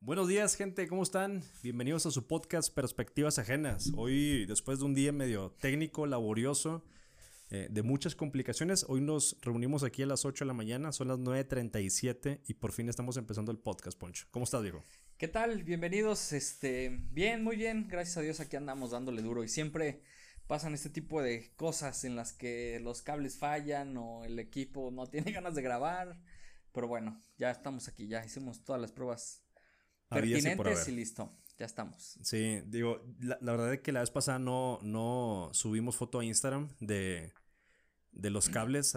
Buenos días, gente, ¿cómo están? Bienvenidos a su podcast Perspectivas Ajenas. Hoy, después de un día medio técnico, laborioso, de muchas complicaciones, hoy nos reunimos aquí a las 8 de la mañana, son las 9:37 y por fin estamos empezando el podcast, Poncho. ¿Cómo estás, Diego? ¿Qué tal? Bienvenidos, bien, muy bien, gracias a Dios aquí andamos dándole duro y siempre pasan este tipo de cosas en las que los cables fallan o el equipo no tiene ganas de grabar, pero bueno, ya estamos aquí, ya hicimos todas las pruebas Había por pertinentes haber. y listo, ya estamos. Sí, digo, la verdad es que la vez pasada no subimos foto a Instagram de los cables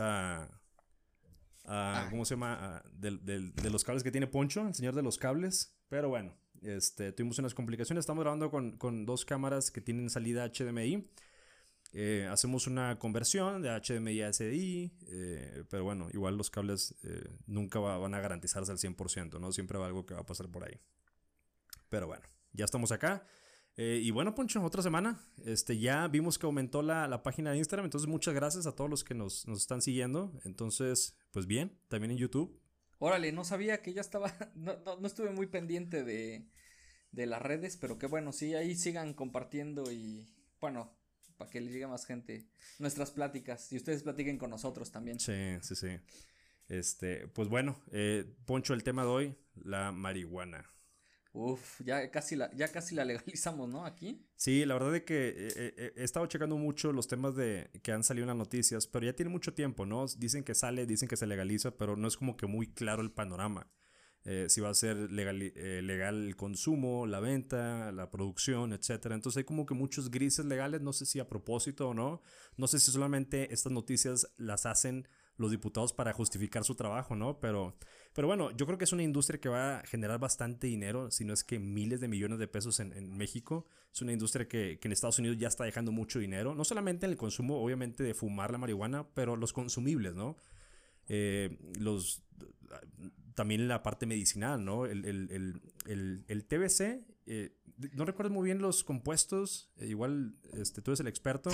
Ah, ¿cómo se llama? De los cables que tiene Poncho, el señor de los cables. Pero bueno, tuvimos unas complicaciones. Estamos grabando con dos cámaras que tienen salida HDMI. Hacemos una conversión de HDMI a SDI, pero bueno, igual los cables nunca van a garantizarse al 100%, ¿no? Siempre va algo que va a pasar por ahí. Pero bueno, ya estamos acá. Y bueno, Poncho, otra semana. Ya vimos que aumentó la página de Instagram. Entonces, muchas gracias a todos los que nos están siguiendo. Entonces, pues bien, también en YouTube. órale, no sabía que ya estaba, no estuve muy pendiente de las redes, pero que bueno, sí, ahí sigan compartiendo y bueno, para que le llegue más gente nuestras pláticas y ustedes platiquen con nosotros también. Sí, sí, sí. Pues bueno, Poncho, el tema de hoy, la marihuana. Uf, ya casi la legalizamos, ¿no? Aquí. Sí, la verdad es que he estado checando mucho los temas que han salido en las noticias, pero ya tiene mucho tiempo, ¿no? Dicen que sale, dicen que se legaliza, pero no es como que muy claro el panorama. Si va a ser legal el consumo, la venta, la producción, etcétera. Entonces hay como que muchos grises legales, no sé si a propósito o no. No sé si solamente estas noticias las hacen los diputados para justificar su trabajo, ¿no? Pero bueno, yo creo que es una industria que va a generar bastante dinero, si no es que miles de millones de pesos en México. Es una industria que en Estados Unidos ya está dejando mucho dinero, no solamente en el consumo, obviamente, de fumar la marihuana, pero los consumibles, ¿no? Los también la parte medicinal, ¿no? El TBC, no recuerdo muy bien los compuestos, igual tú eres el experto,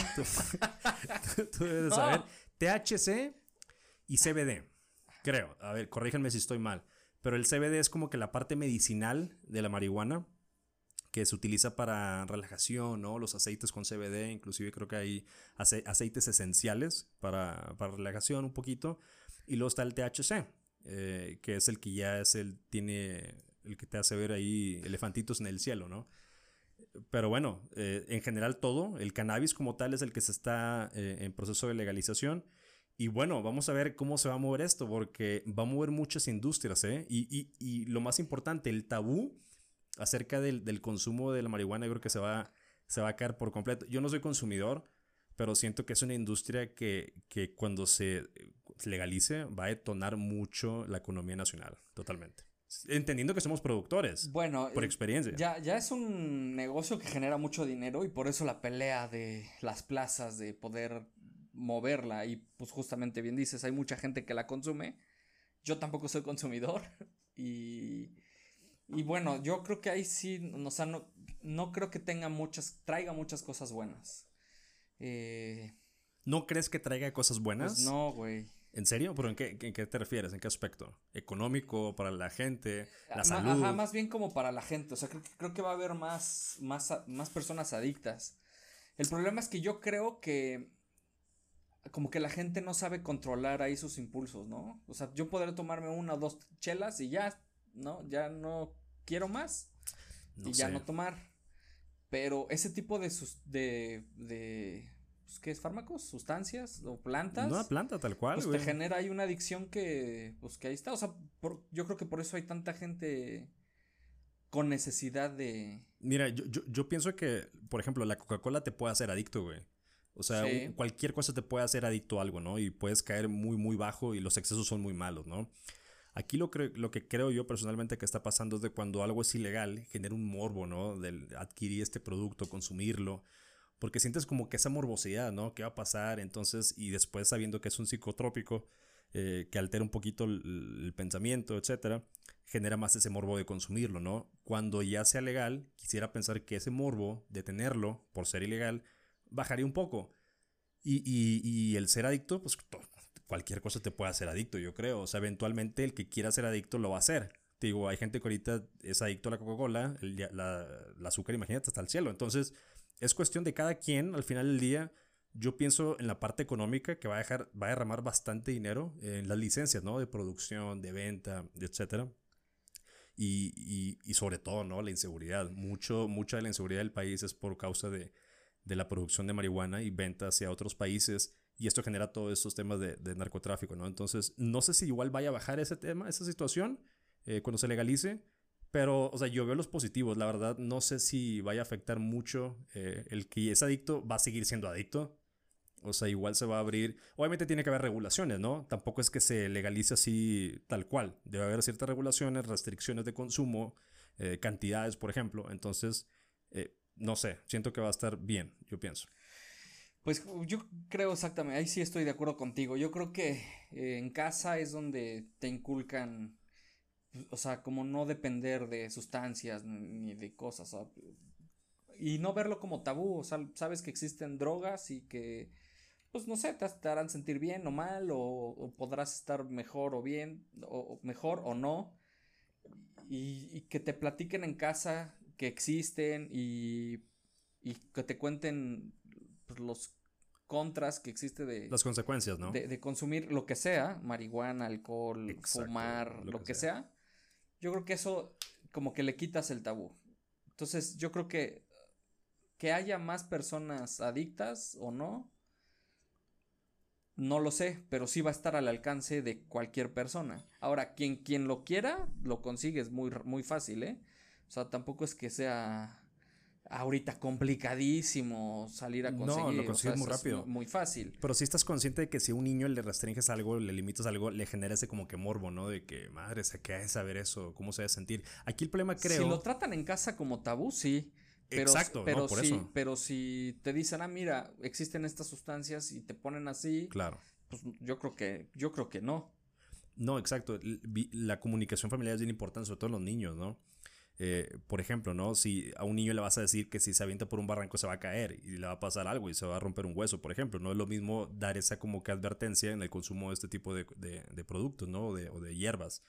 tú debes saber. No. THC y CBD, creo. A ver, corríjanme si estoy mal. Pero el CBD es como que la parte medicinal de la marihuana que se utiliza para relajación, ¿no? Los aceites con CBD, inclusive creo que hay aceites esenciales para relajación un poquito. Y luego está el THC, que es el que ya tiene el que te hace ver ahí elefantitos en el cielo, ¿no? Pero bueno, en general todo, el cannabis como tal es el que se está en proceso de legalización. Y bueno, vamos a ver cómo se va a mover esto, porque va a mover muchas industrias, ¿eh? Y lo más importante, el tabú acerca del consumo de la marihuana, yo creo que se va a caer por completo. Yo no soy consumidor, pero siento que es una industria que cuando se legalice va a detonar mucho la economía nacional, totalmente. Entendiendo que somos productores, Bueno, por experiencia. ya es un negocio que genera mucho dinero y por eso la pelea de las plazas de poder moverla y pues justamente bien dices, hay mucha gente que la consume. Yo tampoco soy consumidor y bueno, yo creo que ahí sí, o sea, no creo que traiga muchas cosas buenas. Eh, ¿No crees que traiga cosas pues buenas? no, güey. ¿En serio? ¿Pero en qué te refieres? ¿En qué aspecto? ¿Económico? ¿Para la gente? ¿La Ajá, salud? más bien como para la gente, o sea, creo que va a haber más personas adictas. El problema es que yo creo que como que la gente no sabe controlar ahí sus impulsos, ¿no? O sea, yo podré tomarme una o dos chelas y ya, ¿no? Ya no quiero más No y ya sé. no tomar. Pero ese tipo pues, ¿qué es? ¿Fármacos? ¿Sustancias? ¿O Una plantas? planta tal cual, Pues te güey. genera ahí una adicción pues que ahí está. O sea, yo creo que por eso hay tanta gente con necesidad de... Mira, yo pienso que, por ejemplo, la Coca-Cola te puede hacer adicto, güey. O sea, Sí. cualquier cosa te puede hacer adicto a algo, ¿no? Y puedes caer muy, muy bajo y los excesos son muy malos, ¿no? Aquí lo que creo yo personalmente que está pasando es de cuando algo es ilegal, genera un morbo, ¿no? Del adquirir este producto, consumirlo. Porque sientes como que esa morbosidad, ¿no? ¿Qué va a pasar? Entonces, y después sabiendo que es un psicotrópico que altera un poquito el pensamiento, etcétera, genera más ese morbo de consumirlo, ¿no? Cuando ya sea legal, quisiera pensar que ese morbo de tenerlo por ser ilegal bajaría un poco. Y el ser adicto, pues cualquier cosa te puede hacer adicto, yo creo. O sea, eventualmente el que quiera ser adicto lo va a hacer. te digo, hay gente que ahorita es adicto a la Coca-Cola, la azúcar, imagínate, hasta el cielo. Entonces, es cuestión de cada quien. Al final del día, yo pienso en la parte económica que va a derramar bastante dinero en las licencias, ¿no? De producción, de venta, etcétera. Y sobre todo, ¿no? La inseguridad. Mucha de la inseguridad del país es por causa de la producción de marihuana y venta hacia otros países. Y esto genera todos estos temas de narcotráfico, ¿no? Entonces, no sé si igual vaya a bajar ese tema, esa situación, cuando se legalice. Pero, o sea, yo veo los positivos. La verdad, no sé si vaya a afectar mucho. El que es adicto va a seguir siendo adicto. O sea, igual se va a abrir. Obviamente tiene que haber regulaciones, ¿no? Tampoco es que se legalice así tal cual. Debe haber ciertas regulaciones, restricciones de consumo, cantidades, por ejemplo. Entonces, no sé, siento que va a estar bien, yo pienso. Pues yo creo exactamente, ahí sí estoy de acuerdo contigo. Yo creo que en casa es donde te inculcan, o sea, como no depender de sustancias ni de cosas, o sea, y no verlo como tabú, o sea, sabes que existen drogas y que, pues no sé, te harán sentir bien o mal, o podrás estar mejor o bien, o mejor o no, y que te platiquen en casa que existen y que te cuenten pues, los contras que existe Las consecuencias, ¿no? de consumir lo que sea, marihuana, alcohol, Exacto, fumar, lo lo que que sea. sea, yo creo que eso como que le quitas el tabú. Entonces yo creo que haya más personas adictas o no, no lo sé, pero sí va a estar al alcance de cualquier persona. Ahora, quien lo quiera, lo consigue, es muy fácil, ¿eh? O sea, tampoco es que sea ahorita complicadísimo salir a No, lo conseguir, o sea, consigues muy es rápido. muy fácil. Pero si estás consciente de que si a un niño le restringes algo, le limitas algo, le genera ese como que morbo, ¿no? De que, madre, ¿se qué es saber eso? ¿Cómo se debe sentir? Aquí el problema Si lo creo... tratan en casa como tabú, sí. Exacto, no, por eso. Pero si te dicen, ah, mira, existen estas sustancias y te ponen así, Claro. pues yo creo que no. No, exacto. La comunicación familiar es bien importante, sobre todo en los niños, ¿no? Por ejemplo, ¿no? Si a un niño le vas a decir que si se avienta por un barranco se va a caer y le va a pasar algo y se va a romper un hueso, por ejemplo, no es lo mismo dar esa como que advertencia en el consumo de este tipo de productos, ¿no? O de hierbas.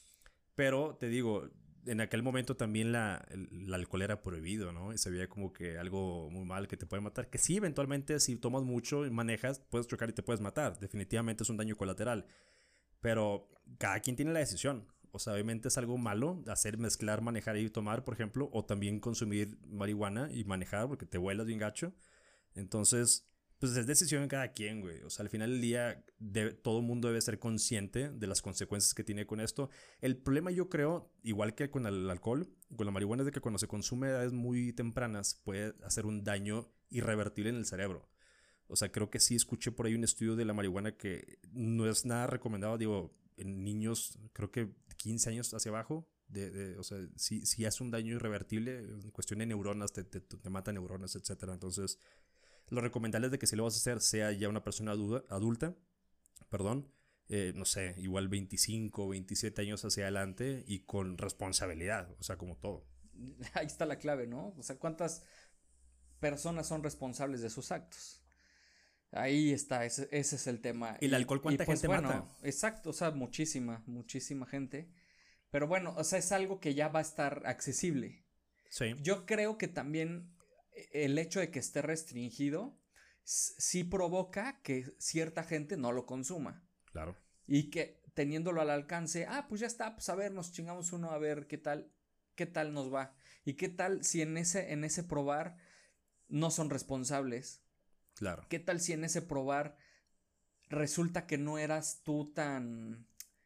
Pero te digo, en aquel momento también el alcohol era prohibido, ¿no? Y se veía como que algo muy mal que te puede matar. Que sí, eventualmente, si tomas mucho y manejas, puedes chocar y te puedes matar. Definitivamente es un daño colateral. Pero cada quien tiene la decisión. O sea, obviamente es algo malo hacer mezclar, manejar y tomar, por ejemplo, o también consumir marihuana y manejar porque te vuelas bien gacho. Entonces, pues es decisión de cada quien, güey. O sea, al final del día, todo el mundo debe ser consciente de las consecuencias que tiene con esto. El problema, yo creo, igual que con el alcohol, con la marihuana, es de que cuando se consume a edades muy tempranas puede hacer un daño irrevertible en el cerebro. O sea, creo que sí escuché por ahí un estudio de la marihuana que no es nada recomendado, digo, en niños, creo que 15 años hacia abajo. O sea, sí hace un daño irrevertible en cuestión de neuronas, te mata neuronas, etcétera. Entonces, lo recomendable es de que si lo vas a hacer sea ya una persona adulta, perdón, no sé, igual 25, 27 años hacia adelante y con responsabilidad, o sea, como todo. Ahí está la clave, ¿no? O sea, ¿cuántas personas son responsables de sus actos? Ahí está, ese es el tema. ¿Y el alcohol Y cuánta pues gente bueno, mata? exacto, o sea, muchísima gente. Pero bueno, o sea, es algo que ya va a estar accesible. Sí, Yo creo que también el hecho de que esté restringido sí provoca que cierta gente no lo consuma. claro. Y que teniéndolo al alcance, ah, pues ya está, pues a ver, nos chingamos uno a ver qué tal nos va. Y qué tal si en ese probar no son responsables. Claro. ¿Qué tal si en ese probar resulta que no eras tú tan,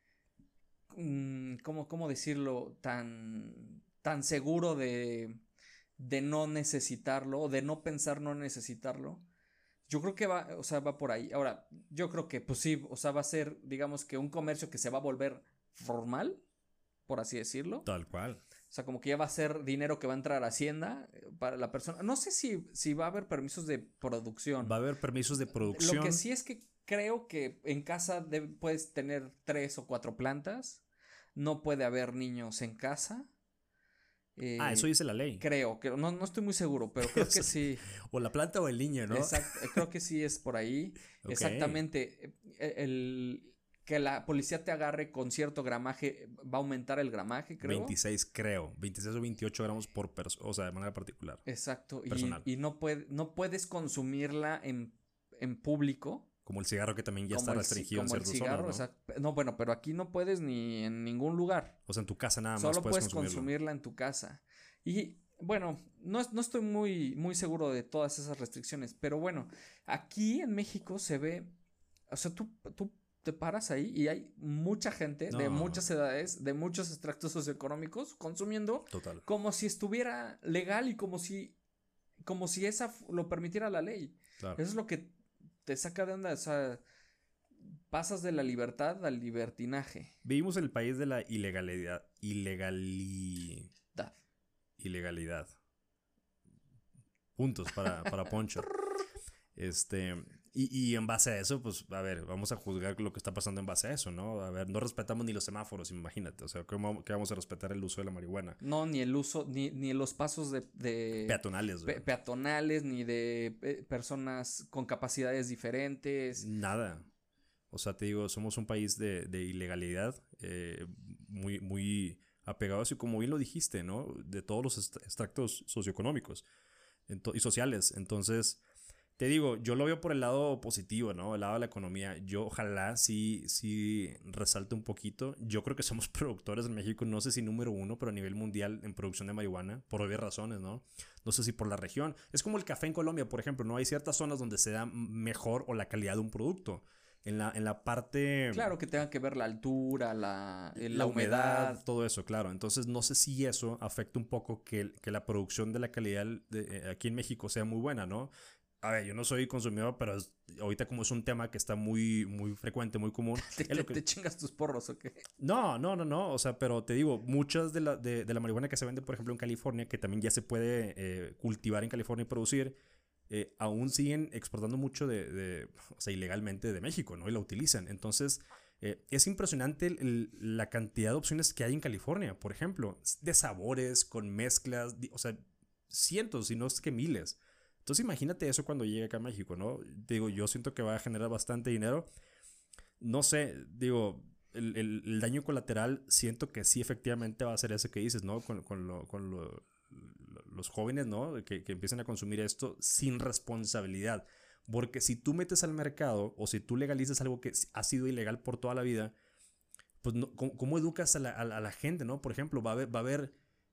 ¿cómo decirlo? Tan seguro de no necesitarlo o de no pensar no necesitarlo. Yo creo que va, o sea, va por ahí. Ahora, yo creo que, pues sí, o sea, va a ser, digamos que un comercio que se va a volver formal, por así decirlo. Tal cual. O sea, como que ya va a ser dinero que va a entrar a Hacienda para la persona. No sé si va a haber permisos de producción. Va a haber permisos de Lo que producción. sí es que creo que en casa puedes tener 3 o 4 plantas. No puede haber niños en casa. Eso dice la ley. Creo que no estoy muy seguro, pero creo que sí. O la planta o el niño, ¿no? Exacto, creo que sí es por ahí. Ok. Exactamente. que la policía te agarre con cierto gramaje, va a aumentar el gramaje, creo. 26 creo, 26 o 28 gramos por persona, o sea, de manera particular. Exacto, Personal. y no puedes consumirla en público. Como el cigarro que también ya está restringido en ciertas zonas, ¿no? O sea, no, bueno, pero aquí no puedes ni en ningún lugar. O sea, en tu casa nada más Solo puedes consumirlo. consumirla en tu casa. Y bueno, no estoy muy seguro de todas esas restricciones, pero bueno, aquí en México se ve, o sea, tú te paras ahí y hay mucha gente de muchas edades, de muchos extractos socioeconómicos consumiendo. Total. Como si estuviera legal y como si esa lo permitiera la ley. Claro. Eso es lo que te saca de onda, o sea, pasas de la libertad al libertinaje. Vivimos en el país de la ilegalidad. Ilegalidad. Puntos para Poncho. Y en base a eso, pues, a ver, vamos a juzgar lo que está pasando en base a eso, ¿no? A ver, no respetamos ni los semáforos, imagínate. O sea, ¿cómo que vamos a respetar el uso de la marihuana? No, ni el uso, ni los pasos de peatonales, peatonales, ni de personas con capacidades diferentes. Nada. O sea, te digo, somos un país de ilegalidad, muy, muy apegados, y como bien lo dijiste, ¿no? De todos los extractos socioeconómicos y sociales. Entonces, te digo, yo lo veo por el lado positivo, ¿no? El lado de la economía. Yo ojalá sí resalte un poquito. Yo creo que somos productores en México, no sé si número 1, pero a nivel mundial en producción de marihuana, por obvias razones, ¿no? No sé si por la región. Es como el café en Colombia, por ejemplo, ¿no? Hay ciertas zonas donde se da mejor o la calidad de un producto. En la parte... Claro que tenga que ver la altura, la humedad, todo eso, claro. Entonces no sé si eso afecta un poco que la producción de la calidad aquí en México sea muy buena, ¿no? A ver, yo no soy consumidor, pero ahorita como es un tema que está muy, muy frecuente, muy común. ¿Te chingas tus porros o qué? No. O sea, pero te digo, muchas de la marihuana que se vende, por ejemplo, en California, que también ya se puede cultivar en California y producir, aún siguen exportando mucho o sea, ilegalmente de México, ¿no? Y la utilizan. Entonces, es impresionante la cantidad de opciones que hay en California, por ejemplo, de sabores, con mezclas, o sea, cientos, si no es que miles. Entonces, imagínate eso cuando llegue acá a México, ¿no? Digo, yo siento que va a generar bastante dinero. No sé, digo, el daño colateral siento que sí efectivamente va a ser ese que dices, ¿no? Con los jóvenes, ¿no? Que empiezan a consumir esto sin responsabilidad. Porque si tú metes al mercado o si tú legalizas algo que ha sido ilegal por toda la vida, pues no, ¿cómo educas a la gente, ¿no? Por ejemplo, va a haber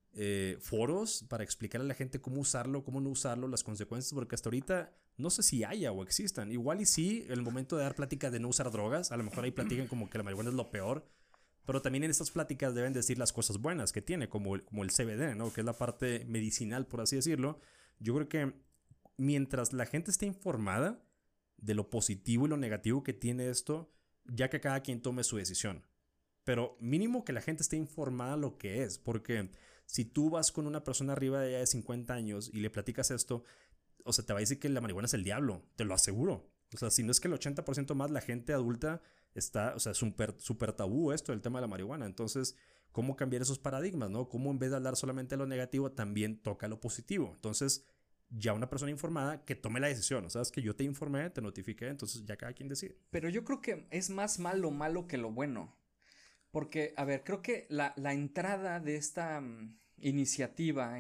foros para explicarle a la gente cómo usarlo, cómo no usarlo, las consecuencias, porque hasta ahorita no sé si haya o existan. Igual y sí, en el momento de dar pláticas de no usar drogas, a lo mejor ahí platican como que la marihuana es lo peor, pero también en estas pláticas deben decir las cosas buenas que tiene, como el CBD, ¿no? Que es la parte medicinal, por así decirlo. Yo creo que mientras la gente esté informada de lo positivo y lo negativo que tiene esto, ya que cada quien tome su decisión. Pero mínimo que la gente esté informada de lo que es, porque si tú vas con una persona arriba de ya de 50 años y le platicas esto, o sea, te va a decir que la marihuana es el diablo, te lo aseguro. O sea, si no es que el 80% más la gente adulta está, o sea, súper tabú esto, el tema de la marihuana. Entonces, ¿cómo cambiar esos paradigmas, no? ¿Cómo en vez de hablar solamente de lo negativo, también toca lo positivo? Entonces, ya una persona informada que tome la decisión. O sea, es que yo te informé, te notifiqué, entonces ya cada quien decide. Pero yo creo que es más malo que lo bueno. Porque, a ver, creo que la entrada de esta iniciativa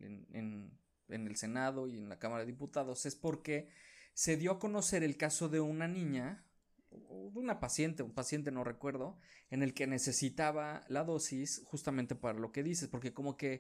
en el Senado y en la Cámara de Diputados es porque se dio a conocer el caso de una niña, o de una paciente, un paciente no recuerdo, en el que necesitaba la dosis justamente para lo que dices, porque como que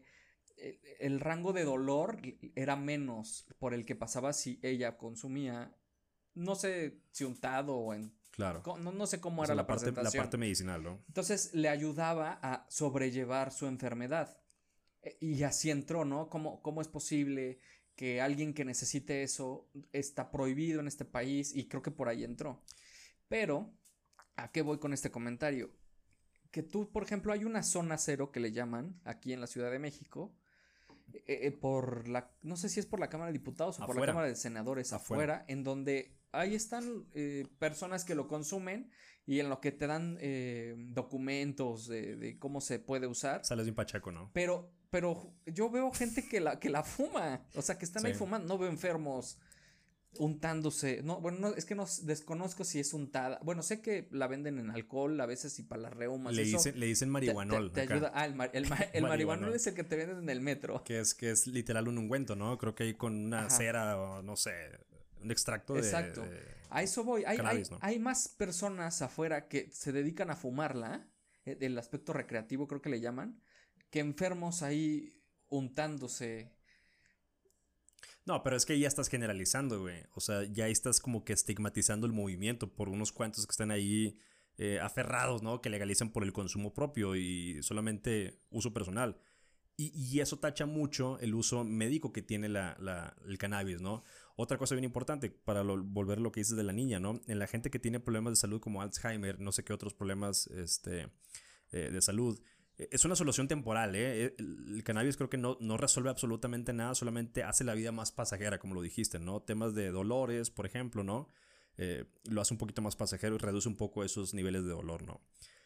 el rango de dolor era menos por el que pasaba si ella consumía, no sé si untado o en... Claro. No sé cómo era la presentación. La parte medicinal, ¿no? Entonces le ayudaba a sobrellevar su enfermedad. Y así entró, ¿no? ¿Cómo es posible que alguien que necesite eso está prohibido en este país? Y creo que por ahí entró. Pero, ¿a qué voy con este comentario? Que tú, por ejemplo, hay una zona cero que le llaman aquí en la Ciudad de México. No sé si es por la Cámara de Diputados o por la Cámara de Senadores afuera, en donde ahí están personas que lo consumen y en lo que te dan documentos de cómo se puede usar. Sales de un pachaco, ¿no? Pero yo veo gente que la fuma, o sea, que están ahí fumando, no veo enfermos. untándose. No, bueno, no, es que no desconozco si es untada. Bueno, sé que la venden en alcohol a veces y para las reumas. Le dicen marihuanol. Te ayuda. Ah, el marihuanol es el que te venden en el metro. Que es literal un ungüento, ¿no? Creo que hay con una cera o no sé, un extracto Exacto. de A eso voy. cannabis, ¿no? Hay más personas afuera que se dedican a fumarla, el aspecto recreativo creo que le llaman, que enfermos ahí untándose. No, pero es que ya estás generalizando, güey. O sea, ya estás como que estigmatizando el movimiento por unos cuantos que están ahí aferrados, ¿no? Que legalizan por el consumo propio y solamente uso personal. Y eso tacha mucho el uso médico que tiene el cannabis, ¿no? Otra cosa bien importante para volver a lo que dices de la niña, ¿no? En la gente que tiene problemas de salud como Alzheimer, no sé qué otros problemas de salud, es una solución temporal, ¿eh? El cannabis creo que no resuelve absolutamente nada, solamente hace la vida más pasajera, como lo dijiste, ¿no? Temas de dolores, por ejemplo, ¿no? Lo hace un poquito más pasajero y reduce un poco esos niveles de dolor, ¿no?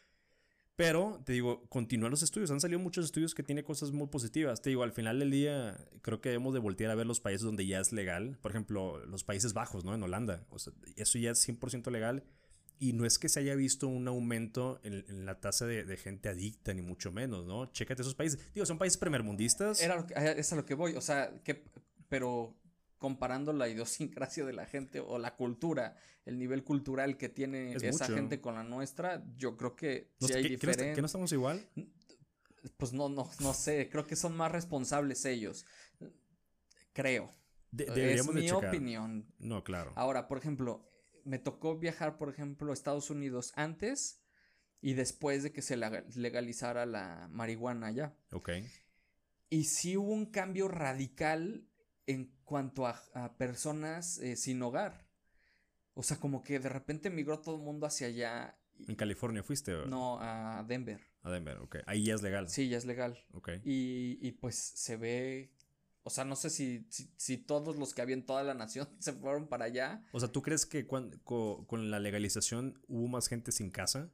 Pero, te digo, continúan los estudios. Han salido muchos estudios que tienen cosas muy positivas. Te digo, al final del día, creo que debemos de voltear a ver los países donde ya es legal. Por ejemplo, los Países Bajos, ¿no? En Holanda. O sea, eso ya es 100% legal. Y no es que se haya visto un aumento en la tasa de gente adicta, ni mucho menos, ¿no? Chécate esos países. Digo, son países primermundistas. Es a lo que voy. O sea, pero comparando la idiosincrasia de la gente o la cultura, el nivel cultural que tiene esa gente con la nuestra, yo creo que no, sí hay diferencia. ¿Que no estamos igual? Pues no sé, creo que son más responsables ellos. Creo. Es mi opinión. No, claro. Ahora, por ejemplo, me tocó viajar, por ejemplo, a Estados Unidos antes y después de que se legalizara la marihuana allá. Ok. Y sí hubo un cambio radical en cuanto a personas sin hogar. O sea, como que de repente migró todo el mundo hacia allá. ¿En California fuiste? ¿O? No, a Denver. A Denver, ok. Ahí ya es legal. Sí, ya es legal. Ok. Y pues se ve... O sea, no sé si todos los que había en toda la nación se fueron para allá. O sea, ¿tú crees que con la legalización hubo más gente sin casa?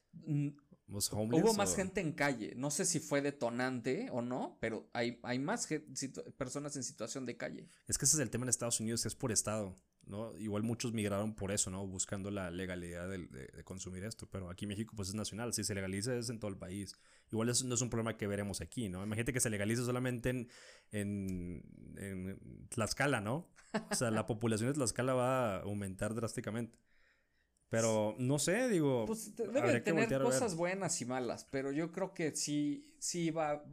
Hubo más gente en calle. No sé si fue detonante o no, pero hay más personas en situación de calle. Es que ese es el tema en Estados Unidos, es por estado, ¿no? Igual muchos migraron por eso, ¿no? Buscando la legalidad de consumir esto. Pero aquí en México pues es nacional. Si se legaliza es en todo el país. Igual eso no es un problema que veremos aquí, ¿no? Imagínate que se legalice solamente en Tlaxcala, ¿no? O sea, la población de Tlaxcala va a aumentar drásticamente. Pero no sé, digo. Pues debe tener cosas buenas y malas, pero yo creo que sí va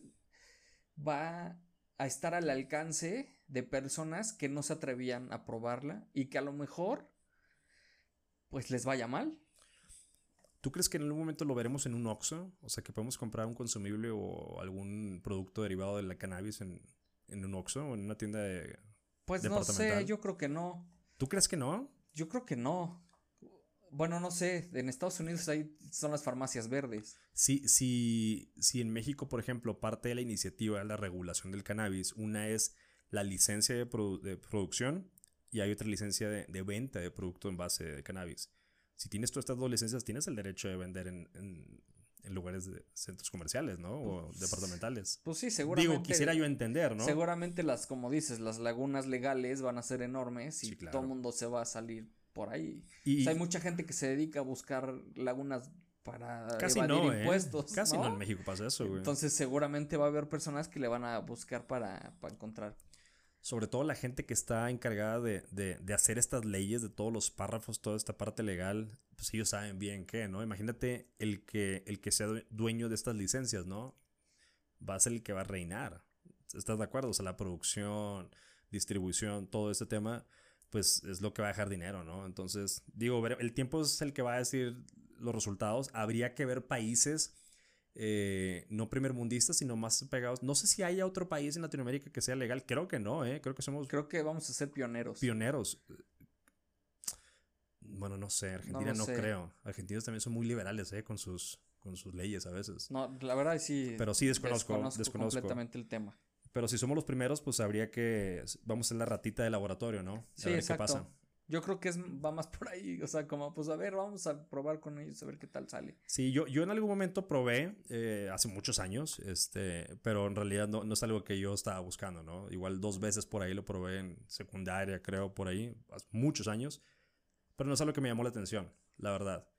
a estar al alcance de personas que no se atrevían a probarla y que a lo mejor pues les vaya mal. ¿Tú crees que en algún momento lo veremos en un Oxxo? O sea, que podemos comprar un consumible o algún producto derivado de la cannabis en un Oxxo o en una tienda pues no sé, yo creo que no. ¿Tú crees que no? Yo creo que no. Bueno, no sé, en Estados Unidos ahí son las farmacias verdes. Si en México, por ejemplo, parte de la iniciativa de la regulación del cannabis, una es la licencia de producción y hay otra licencia de venta de producto en base de cannabis. Si tienes todas estas dos licencias, tienes el derecho de vender en lugares de centros comerciales, ¿no? O departamentales. Pues sí, seguramente. Digo, quisiera yo entender, ¿no? Seguramente como dices, las lagunas legales van a ser enormes y sí, claro, todo el mundo se va a salir por ahí. O sea, hay mucha gente que se dedica a buscar lagunas para casi evadir impuestos. Casi no en México pasa eso, güey. Entonces seguramente va a haber personas que le van a buscar para encontrar. Sobre todo la gente que está encargada de hacer estas leyes, de todos los párrafos, toda esta parte legal, pues ellos saben bien qué, ¿no? Imagínate el que sea dueño de estas licencias, ¿no? Va a ser el que va a reinar. ¿Estás de acuerdo? O sea, la producción, distribución, todo este tema, pues es lo que va a dejar dinero, ¿no? Entonces, digo, el tiempo es el que va a decir los resultados. Habría que ver países no primermundistas, sino más pegados. No sé si haya otro país en Latinoamérica que sea legal. Creo que no, Creo que vamos a ser pioneros. Pioneros. Bueno, no sé. Argentina no creo. Argentinos también son muy liberales, con sus leyes a veces. No, la verdad sí. Pero sí desconozco completamente el tema. Pero si somos los primeros, pues habría que... Vamos a ser la ratita de laboratorio, ¿no? Sí, exacto. ¿Qué pasa? Yo creo que va más por ahí, o sea, como pues a ver, vamos a probar con ellos, a ver qué tal sale. Sí, yo en algún momento probé, hace muchos años, pero en realidad no es algo que yo estaba buscando, ¿no? Igual 2 veces por ahí lo probé en secundaria, creo, por ahí, hace muchos años, pero no es algo que me llamó la atención, la verdad.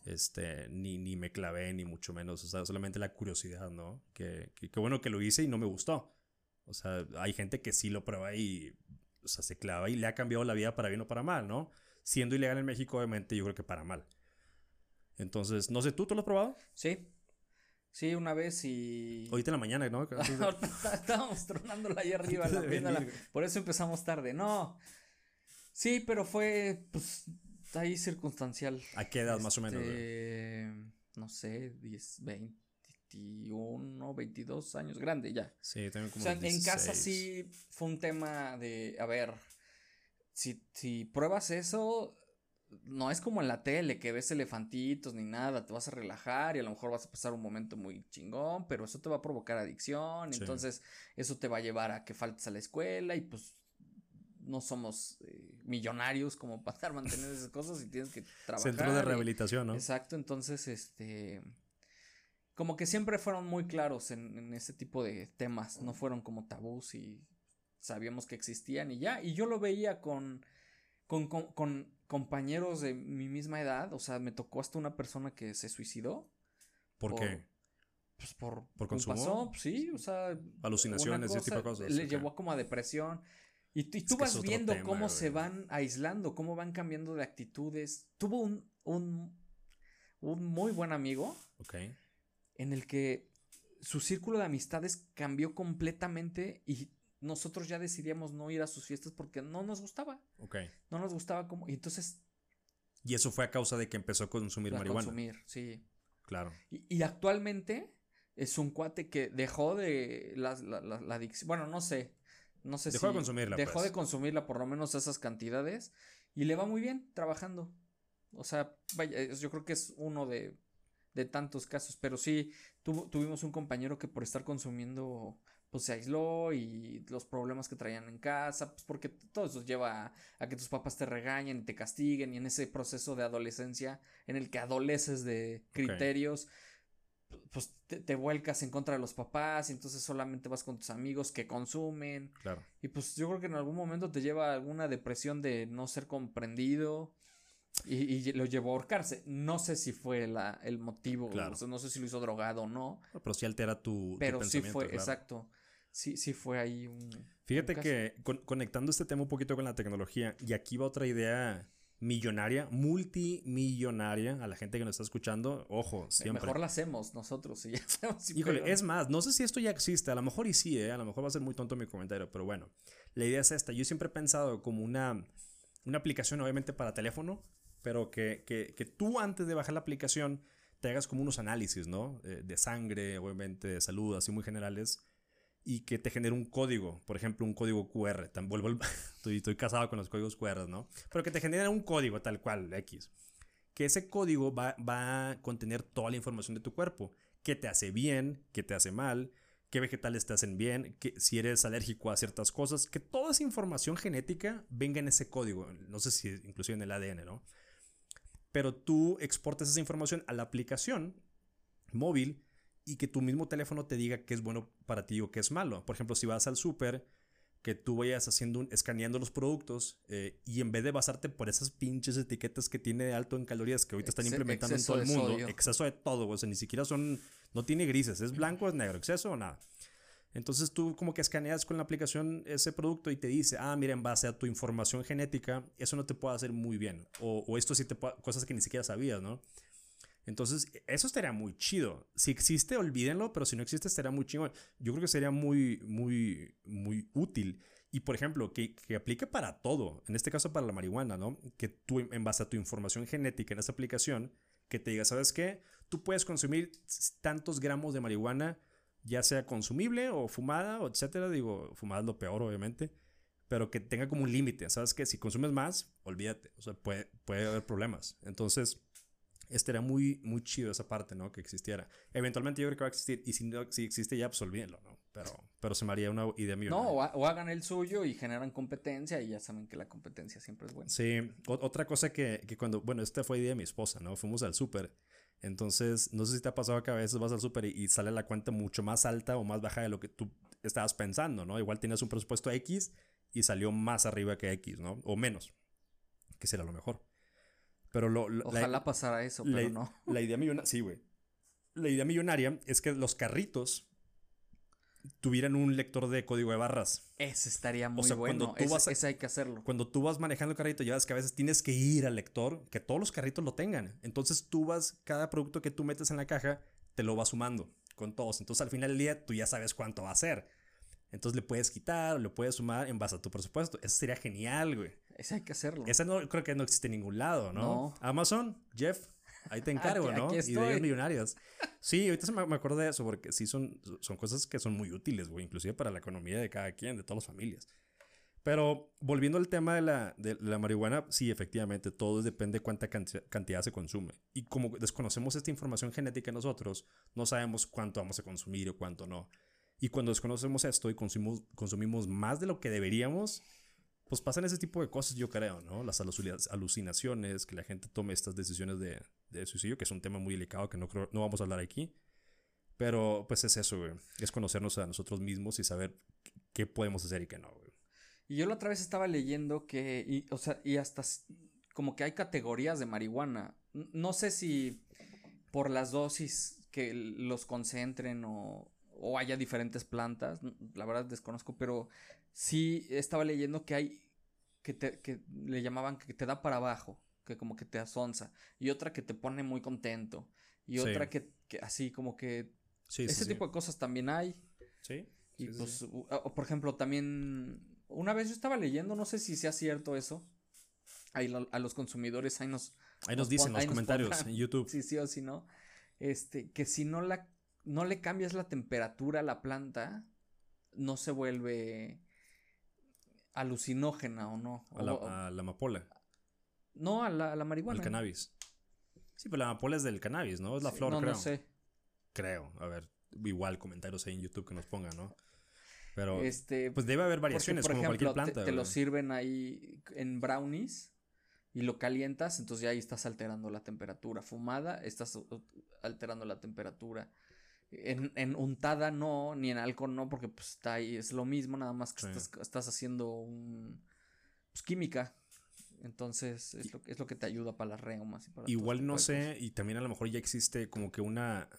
Ni me clavé, ni mucho menos, o sea, solamente la curiosidad, ¿no? Que bueno que lo hice y no me gustó. O sea, hay gente que sí lo prueba y, o sea, se clava y le ha cambiado la vida para bien o para mal, ¿no? Siendo ilegal en México, obviamente, yo creo que para mal. Entonces, no sé, ¿tú lo has probado? Sí, sí, una vez y... Ahorita en la mañana, ¿no? Estábamos tronándola ahí arriba, Antes de viéndola. venir. Por eso empezamos tarde. No, sí, pero fue, pues, ahí circunstancial. ¿A qué edad más o menos? No sé, 10, 21, 22 años, grande ya. Sí, tengo como O sea, 16. en casa sí fue un tema de, a ver, si pruebas eso, no es como en la tele que ves elefantitos ni nada, te vas a relajar y a lo mejor vas a pasar un momento muy chingón, pero eso te va a provocar adicción, Sí. entonces eso te va a llevar a que faltes a la escuela y pues no somos millonarios como para estar manteniendo esas cosas y tienes que trabajar. Centro de rehabilitación, ¿no? Exacto, entonces como que siempre fueron muy claros en ese tipo de temas, no fueron como tabús y sabíamos que existían y ya, y yo lo veía con compañeros de mi misma edad, o sea, me tocó hasta una persona que se suicidó. ¿Por qué? Pues por consumo? pasó, pues, sí, o sea, alucinaciones, ese tipo de cosas. Le llevó como a depresión. Y tú vas viendo cómo se van aislando, cómo van cambiando de actitudes. Tuvo un muy buen amigo. Ok. En el que su círculo de amistades cambió completamente y nosotros ya decidíamos no ir a sus fiestas porque no nos gustaba. Ok. No nos gustaba como... Y entonces... Y eso fue a causa de que empezó a consumir marihuana. Consumir, sí. Claro. Y actualmente es un cuate que dejó de la adicción. Bueno, no sé. No sé dejó de consumirla. Dejó de consumirla por lo menos esas cantidades. Y le va muy bien trabajando. O sea, vaya, yo creo que es uno de tantos casos, pero sí, tuvimos un compañero que por estar consumiendo, pues se aisló y los problemas que traían en casa, pues porque todo eso lleva a que tus papás te regañen y te castiguen y en ese proceso de adolescencia en el que adoleces de criterios, pues te vuelcas en contra de los papás y entonces solamente vas con tus amigos que consumen. Claro. Y pues yo creo que en algún momento te lleva a alguna depresión de no ser comprendido. Y lo llevó a ahorcarse. No sé si fue el motivo. Claro. O sea, no sé si lo hizo drogado o no. Pero sí altera tu pensamiento. Pero sí fue, claro. Exacto. Sí fue ahí un... Fíjate que conectando este tema un poquito con la tecnología, y aquí va otra idea millonaria, multimillonaria a la gente que nos está escuchando. Ojo, siempre. Mejor la hacemos nosotros. Y ya si Híjole, es más, no sé si esto ya existe. A lo mejor y sí, a lo mejor va a ser muy tonto mi comentario, pero bueno. La idea es esta. Yo siempre he pensado como una aplicación, obviamente, para teléfono, pero que tú antes de bajar la aplicación te hagas como unos análisis, ¿no? De sangre, obviamente, de salud, así muy generales, y que te genere un código, por ejemplo, un código QR. Estoy casado con los códigos QR, ¿no? Pero que te genere un código tal cual, X. Que ese código va a contener toda la información de tu cuerpo. ¿Qué te hace bien? ¿Qué te hace mal? ¿Qué vegetales te hacen bien? Si eres alérgico a ciertas cosas. Que toda esa información genética venga en ese código. No sé si inclusive en el ADN, ¿no? Pero tú exportas esa información a la aplicación móvil y que tu mismo teléfono te diga qué es bueno para ti o qué es malo. Por ejemplo, si vas al súper, que tú vayas escaneando los productos y en vez de basarte por esas pinches etiquetas que tiene alto en calorías que ahorita están implementando en todo el mundo, sodio. Exceso de todo, o sea, ni siquiera no tiene grises, es blanco, es negro, exceso o nada. Entonces tú como que escaneas con la aplicación ese producto y te dice, mira, en base a tu información genética, eso no te puede hacer muy bien. O esto sí cosas que ni siquiera sabías, ¿no? Entonces, eso estaría muy chido. Si existe, olvídenlo, pero si no existe, estaría muy chingón. Yo creo que sería muy, muy, muy útil. Y, por ejemplo, que aplique para todo. En este caso, para la marihuana, ¿no? Que tú, en base a tu información genética en esa aplicación, que te diga, ¿sabes qué? Tú puedes consumir tantos gramos de marihuana, ya sea consumible o fumada, o etcétera. Digo, fumada es lo peor, obviamente. Pero que tenga como un límite. ¿Sabes qué? Si consumes más, olvídate. O sea, puede haber problemas. Entonces... Estaría muy, muy chido esa parte, ¿no? Que existiera. Eventualmente yo creo que va a existir. Y si, no, si existe ya, pues olvídenlo, ¿no? Pero se me haría una idea No, millonaria. o hagan el suyo y generan competencia y ya saben que la competencia siempre es buena. Sí, otra cosa que cuando, bueno, esta fue idea de mi esposa, ¿no? Fuimos al súper. Entonces, no sé si te ha pasado que a veces vas al súper y sale la cuenta mucho más alta o más baja de lo que tú estabas pensando, ¿no? Igual tenías un presupuesto X y salió más arriba que X, ¿no? O menos, que será lo mejor. Pero Ojalá pasara eso, pero no. la idea millonaria, sí, güey. La idea millonaria es que los carritos tuvieran un lector de código de barras. Ese estaría muy O sea, bueno. Ese hay que hacerlo. cuando tú vas manejando el carrito, ya ves que a veces tienes que ir al lector, que todos los carritos lo tengan. Entonces tú vas, cada producto que tú metes en la caja, te lo vas sumando con todos. Entonces al final del día tú ya sabes cuánto va a ser. Entonces le puedes quitar o le puedes sumar en base a tu presupuesto. Eso sería genial, güey. Ese hay que hacerlo. Esa no creo que no existe en ningún lado, ¿no? No. Amazon, Jeff, ahí te encargo, Aquí- ¿no? aquí Ideas estoy. millonarias. Sí, ahorita me acuerdo de eso porque sí son cosas que son muy útiles, güey, inclusive para la economía de cada quien, de todas las familias. Pero volviendo al tema de la marihuana, sí, efectivamente, todo depende de cuánta cantidad se consume. Y como desconocemos esta información genética nosotros, no sabemos cuánto vamos a consumir o cuánto no. Y cuando desconocemos esto y consumimos más de lo que deberíamos, pues pasan ese tipo de cosas, yo creo, ¿no? Las alucinaciones, que la gente tome estas decisiones de suicidio, que es un tema muy delicado que no vamos a hablar aquí. Pero pues es eso, güey. Es conocernos a nosotros mismos y saber qué podemos hacer y qué no, güey. Y yo la otra vez estaba leyendo o sea, y hasta como que hay categorías de marihuana. No sé si por las dosis que los concentren o haya diferentes plantas, la verdad desconozco, pero sí estaba leyendo que hay que le llamaban que te da para abajo, que como que te asonza, y otra que te pone muy contento, y Sí. otra que así como que Sí, ese sí, tipo de cosas también hay. sí. Y Sí, sí, pues, sí. o por ejemplo, también una vez yo estaba leyendo, no sé si sea cierto eso. Ahí a los consumidores Ahí nos dicen en los ahí nos comentarios pondrán en YouTube. si sí o si no. Que si no le cambias la temperatura a la planta, no se vuelve alucinógena o no. A la amapola, No, a la al marihuana. cannabis. Sí, pero la amapola es del cannabis, ¿no? Es la Sí, flor, no, creo. no sé. Creo. A ver, igual comentarios ahí en YouTube que nos pongan, ¿no? Pero, Este, pues debe haber porque, variaciones, por como cualquier ejemplo, planta, te lo güey. sirven ahí en brownies y lo calientas, entonces ya ahí estás alterando la temperatura. Fumada, estás alterando la temperatura. En untada no, ni en alcohol no, porque pues está ahí, es lo mismo, nada más que Sí. estás haciendo pues, química. Entonces es lo que te ayuda para las reumas y para todo Igual tipo no de sé, cosas. y también a lo mejor ya existe como que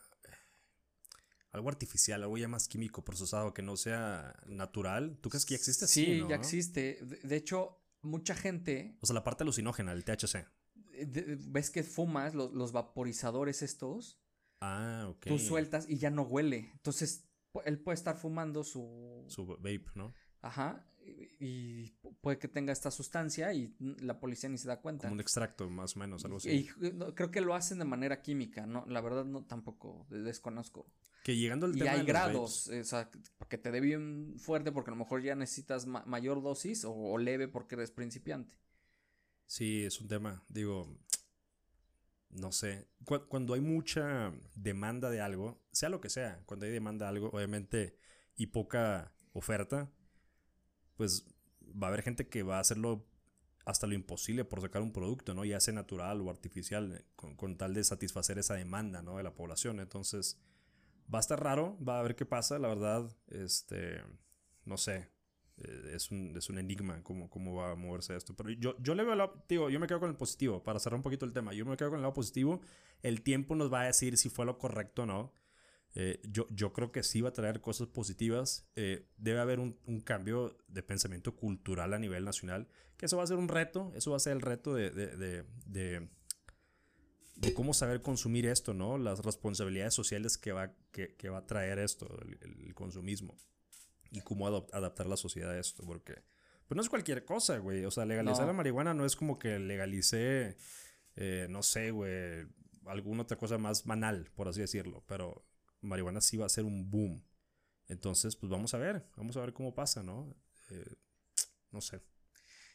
algo artificial, algo ya más químico procesado que no sea natural. ¿Tú crees que ya existe así, Sí, ya no? existe. De hecho, mucha gente, O sea, la parte alucinógena, el THC. ves que fumas los vaporizadores estos, Ah, ok. tú sueltas y ya no huele. Entonces, él puede estar fumando Su vape, ¿no? ajá, y puede que tenga esta sustancia y la policía ni se da Como cuenta. un extracto, más o menos, algo así. Creo que lo hacen de manera química, ¿no? La verdad no tampoco desconozco. Que llegando al Y tema hay de los grados, vapes. o sea, para que te dé bien fuerte porque a lo mejor ya necesitas mayor dosis o leve porque eres principiante. Sí, es un tema. Digo, no sé. Cuando hay mucha demanda de algo, sea lo que sea, cuando hay demanda de algo, obviamente, y poca oferta, pues va a haber gente que va a hacerlo hasta lo imposible por sacar un producto, ¿no? Ya sea natural o artificial, con tal de satisfacer esa demanda, ¿no? De la población. Entonces, va a estar raro, va a ver qué pasa, la verdad, no sé. Es un enigma cómo va a moverse esto. Pero yo le veo, digo, yo me quedo con el positivo, para cerrar un poquito el tema. Yo me quedo con el lado positivo. El tiempo nos va a decir si fue lo correcto o no. Yo creo que sí va a traer cosas positivas. Debe haber un cambio de pensamiento cultural a nivel nacional. Que eso va a ser un reto. Eso va a ser el reto de cómo saber consumir esto, ¿no? Las responsabilidades sociales que va a traer esto, el consumismo. Y cómo adaptar la sociedad a esto. Porque pues no es cualquier cosa, güey. O sea, legalizar la No, marihuana no es como que legalice, no sé, güey, alguna otra cosa más banal, por así decirlo. Pero marihuana sí va a ser un boom. Entonces, pues vamos a ver cómo pasa, ¿no? No sé.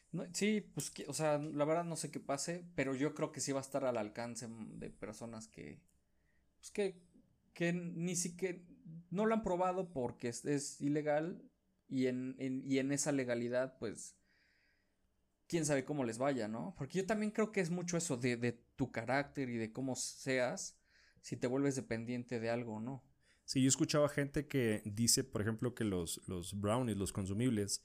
Sí, pues, o sea, la verdad no sé qué pase, pero yo creo que sí va a estar al alcance de personas pues que ni siquiera, no lo han probado porque es ilegal y en esa legalidad, pues, quién sabe cómo les vaya, ¿no? Porque yo también creo que es mucho eso de tu carácter y de cómo seas, si te vuelves dependiente de algo o no. Sí, yo he escuchado a gente que dice, por ejemplo, que los brownies, los consumibles,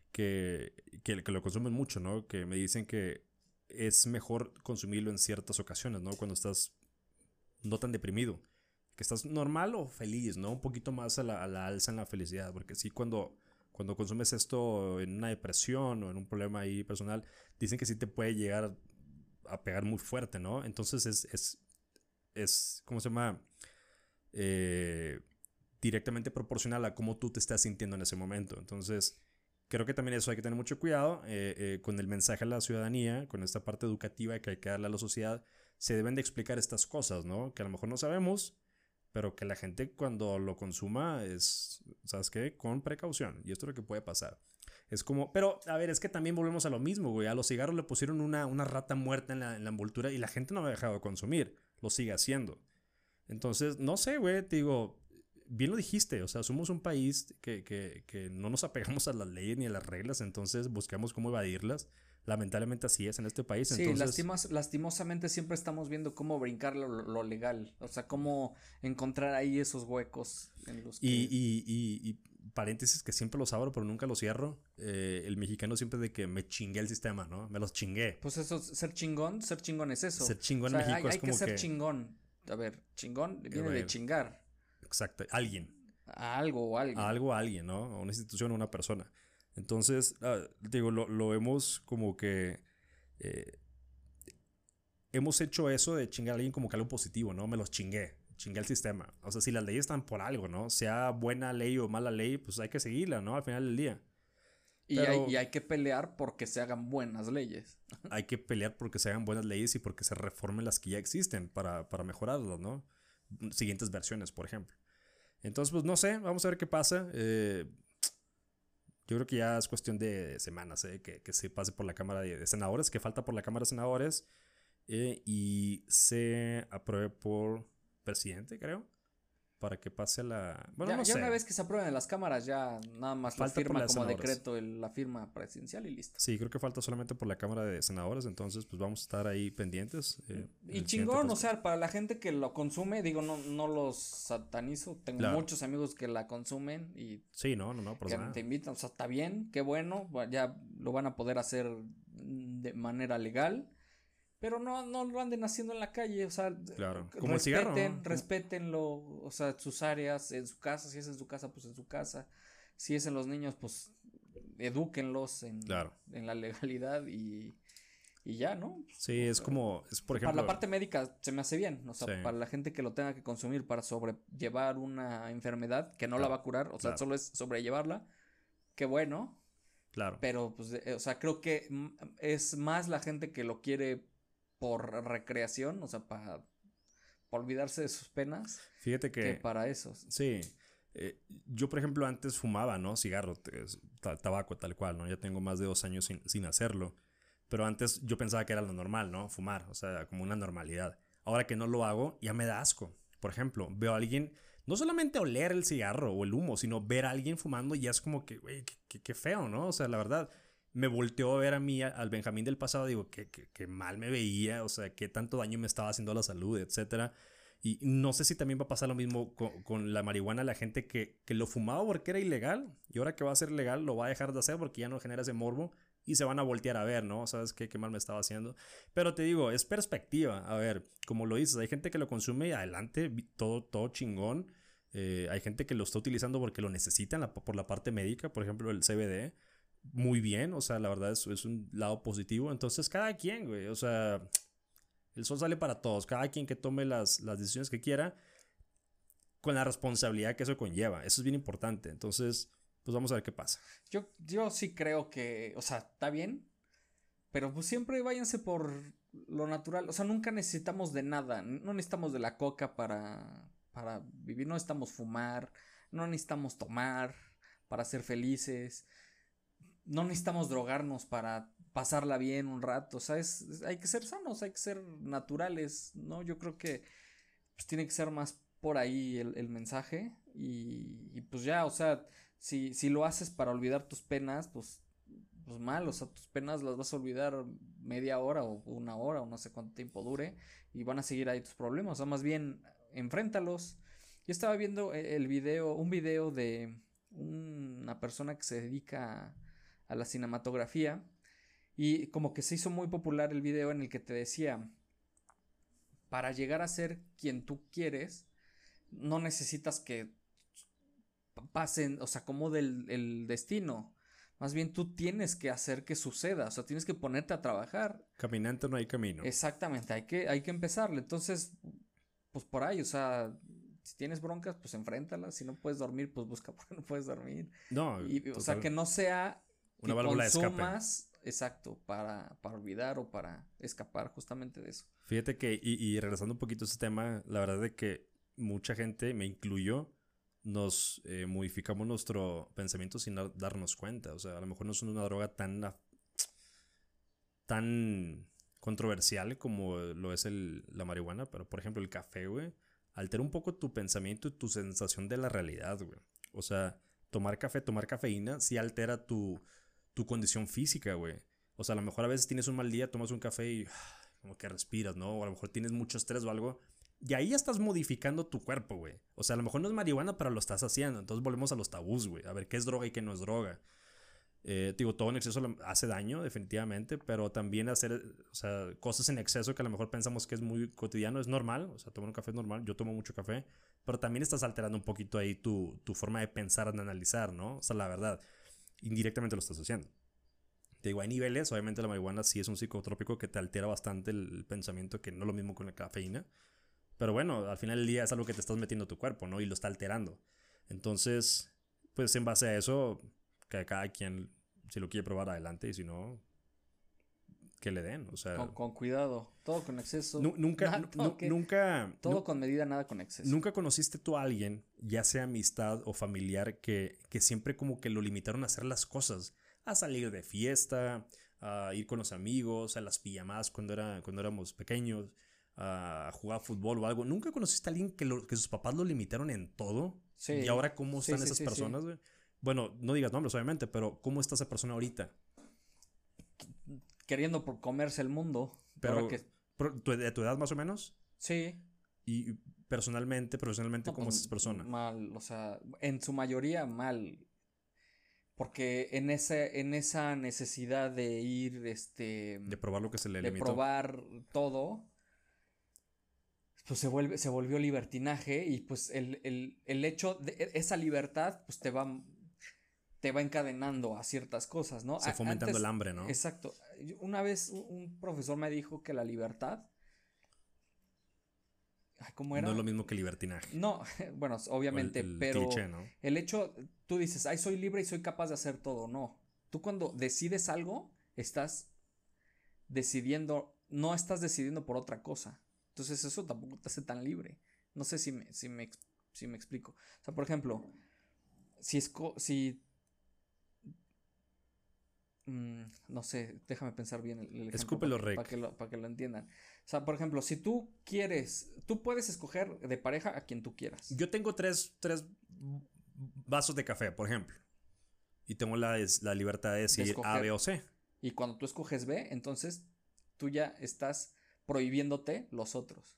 que lo consumen mucho, ¿no? Que me dicen que es mejor consumirlo en ciertas ocasiones, ¿no? Cuando estás no tan deprimido, que estás normal o feliz, ¿no? Un poquito más a la alza en la felicidad, porque sí, cuando consumes esto en una depresión o en un problema ahí personal, dicen que sí te puede llegar a pegar muy fuerte, ¿no? Entonces ¿cómo se llama? Eh, directamente proporcional a cómo tú te estás sintiendo en ese momento. Entonces, creo que también eso hay que tener mucho cuidado con el mensaje a la ciudadanía, con esta parte educativa que hay que darle a la sociedad. Se deben de explicar estas cosas, ¿no? Que a lo mejor no sabemos, pero que la gente cuando lo consuma es, ¿sabes qué? Con precaución. Y esto es lo que puede pasar. Es como, pero a ver, es que también volvemos a lo mismo, güey. A los cigarros le pusieron una rata muerta en la envoltura y la gente no ha dejado de consumir. Lo sigue haciendo. Entonces, no sé, güey, te digo, bien lo dijiste, o sea, somos un país que no nos apegamos a las leyes ni a las reglas, entonces buscamos cómo evadirlas. Lamentablemente así es en este país, Sí, entonces, lastimosamente siempre estamos viendo cómo brincar lo legal, o sea, cómo encontrar ahí esos huecos en los que... y paréntesis que siempre los abro pero nunca los cierro, el mexicano siempre de que me chingué el sistema, ¿no? Me los chingué. Pues eso, ser chingón es eso. Ser O chingón en sea, México es hay que como ser que, chingón. A ver, chingón viene de güey, chingar exacto, alguien. a algo o a A alguien. algo a alguien, ¿no? A una institución o a una persona. Entonces, digo, lo hemos como que eh, hemos hecho eso de chingar a alguien como que algo positivo, ¿no? Me los chingué el sistema. O sea, si las leyes están por algo, ¿no? Sea buena ley o mala ley, pues hay que seguirla, ¿no? Al final del día. Y Pero hay que pelear porque se hagan buenas leyes. hay que pelear porque se hagan buenas leyes y porque se reformen las que ya existen para mejorarlas, ¿no? Siguientes versiones, por ejemplo. Entonces, pues no sé, vamos a ver qué pasa. Yo creo que ya es cuestión de semanas, que se pase por la Cámara de Senadores, que falta por la Cámara de Senadores y se apruebe por presidente, creo, para que pase a la... Bueno, no Ya una sé, vez que se aprueben en las cámaras, ya nada más lo falta por firma la de como senadores. decreto la firma presidencial y listo. Sí, creo que falta solamente por la Cámara de Senadores, entonces pues vamos a estar ahí pendientes en Y el siguiente chingón, o podcast. sea, para la gente que lo consume, digo, no los satanizo. Tengo Claro. muchos amigos que la consumen y Sí, no, por que nada. te invitan, o sea, está bien, qué bueno, ya lo van a poder hacer de manera legal, pero no lo anden haciendo en la calle, o sea, Claro. Como el cigarro, ¿no? respétenlo, o sea, sus áreas, en su casa, si es en su casa, pues en su casa, si es en los niños, pues edúquenlos Claro. en la legalidad y ya, ¿no? Sí, O es sea, como, es por para la ejemplo... parte médica se me hace bien, o Sí, sea, para la gente que lo tenga que consumir para sobrellevar una enfermedad que no la va claro, a curar, o sea, claro, solo es sobrellevarla, qué bueno, claro. pero pues, o sea, creo que es más la gente que lo quiere por recreación, o sea, para olvidarse de sus penas, Fíjate que que, para eso. sí, yo por ejemplo antes fumaba, ¿no? Cigarro, tabaco tal cual, ¿no? Ya tengo más de 2 años sin hacerlo. Pero antes yo pensaba que era lo normal, ¿no? Fumar, o sea, como una normalidad. Ahora que no lo hago, ya me da asco. Por ejemplo, veo a alguien, no solamente oler el cigarro o el humo, sino ver a alguien fumando y ya es como que, güey, qué feo, ¿no? O sea, la verdad, me volteó a ver a mí, al Benjamín del pasado, digo, qué mal me veía, o sea, qué tanto daño me estaba haciendo a la salud, etcétera. Y no sé si también va a pasar lo mismo con la marihuana, la gente que lo fumaba porque era ilegal y ahora que va a ser legal lo va a dejar de hacer porque ya no genera ese morbo y se van a voltear a ver, ¿no? ¿Sabes qué mal me estaba haciendo? Pero te digo, es perspectiva. A ver, como lo dices, hay gente que lo consume y adelante, todo chingón. Hay gente que lo está utilizando porque lo necesitan por la parte médica, por ejemplo, el CBD. Muy bien, o sea, la verdad es un lado positivo. Entonces, cada quien, güey, o sea, el sol sale para todos. Cada quien que tome las decisiones que quiera con la responsabilidad que eso conlleva. Eso es bien importante. Entonces, pues vamos a ver qué pasa. Yo sí creo que, o sea, está bien, pero pues siempre váyanse por lo natural, o sea, nunca necesitamos de nada, no necesitamos de la coca para vivir, no necesitamos fumar, no necesitamos tomar para ser felices, no necesitamos drogarnos pasarla bien un rato, o sea, hay que ser sanos, hay que ser naturales, ¿no? Yo creo que pues tiene que ser más por ahí el mensaje y pues ya, o sea, si lo haces para olvidar tus penas, pues mal, o sea, tus penas las vas a olvidar media hora o una hora o no sé cuánto tiempo dure y van a seguir ahí tus problemas, o sea, más bien enfréntalos. Yo estaba viendo un video de una persona que se dedica a la cinematografía y como que se hizo muy popular el video en el que te decía, para llegar a ser quien tú quieres, no necesitas que pasen, o sea, como el destino. Más bien tú tienes que hacer que suceda, o sea, tienes que ponerte a trabajar. Caminante no hay camino. Exactamente, hay que empezarle. Entonces, pues por ahí, o sea, si tienes broncas, pues enfréntalas. Si no puedes dormir, pues busca por qué no puedes dormir. No, Y, o sea, que no sea una que válvula de escape. consumas, exacto, para olvidar o para escapar justamente de eso. Fíjate que, y regresando un poquito a ese tema, la verdad es que mucha gente, me incluyo, nos modificamos nuestro pensamiento sin darnos cuenta. O sea, a lo mejor no es una droga tan controversial como lo es la marihuana, pero por ejemplo el café, güey, altera un poco tu pensamiento y tu sensación de la realidad, güey. O sea, tomar cafeína sí altera tu condición física, güey. O sea, a lo mejor a veces tienes un mal día, tomas un café y como que respiras, ¿no? O a lo mejor tienes mucho estrés o algo. Y ahí ya estás modificando tu cuerpo, güey. O sea, a lo mejor no es marihuana, pero lo estás haciendo. Entonces volvemos a los tabús, güey. A ver qué es droga y qué no es droga. Digo, todo en exceso hace daño, definitivamente. Pero también hacer, o sea, cosas en exceso que a lo mejor pensamos que es muy cotidiano, es normal. O sea, tomar un café es normal. Yo tomo mucho café. Pero también estás alterando un poquito ahí tu forma de pensar, de analizar, ¿no? O sea, la verdad, indirectamente lo estás haciendo. Te digo, hay niveles. Obviamente la marihuana sí es un psicotrópico que te altera bastante el pensamiento, que no es lo mismo con la cafeína. Pero bueno, al final del día es algo que te estás metiendo a tu cuerpo, ¿no? Y lo está alterando. Entonces, pues en base a eso, que cada quien, si lo quiere probar, adelante. Y si no, que le den. O sea, Con cuidado, todo con exceso. nunca, todo con medida, nada con exceso. ¿Nunca conociste tú a alguien, ya sea amistad o familiar, que siempre como que lo limitaron a hacer las cosas? A salir de fiesta, a ir con los amigos, a las pijamadas cuando éramos pequeños, a jugar fútbol o algo. ¿Nunca conociste a alguien que sus papás lo limitaron en todo? Sí. ¿Y ahora cómo están sí, esas personas, güey? Bueno, no digas nombres, obviamente, pero ¿cómo está esa persona ahorita? Queriendo por comerse el mundo. Pero, ¿de tu edad más o menos? Sí. Y personalmente, profesionalmente, No, ¿cómo pues, es esa persona? mal, o sea, en su mayoría mal. Porque en esa necesidad de ir, De probar lo que se le de limitó. probar todo, pues se volvió libertinaje y pues el hecho de esa libertad, pues te va encadenando a ciertas cosas, ¿no? Se fomentando el hambre, ¿no? Exacto. Una vez un profesor me dijo que la libertad, ¿cómo era? No es lo mismo que libertinaje. No, bueno, obviamente, pero cliché, ¿no? el hecho, tú dices, ay, soy libre y soy capaz de hacer todo. No, tú cuando decides algo, estás decidiendo, no estás decidiendo por otra cosa. Entonces eso tampoco te hace tan libre. No sé si me explico. O sea, por ejemplo, si no sé, déjame pensar bien el ejemplo. Escúpelo, Rick. Para que lo entiendan. O sea, por ejemplo, si tú puedes escoger de pareja a quien tú quieras. Yo tengo tres vasos de café, por ejemplo. Y tengo la libertad de decidir A, B o C. Y cuando tú escoges B, entonces tú ya estás prohibiéndote los otros.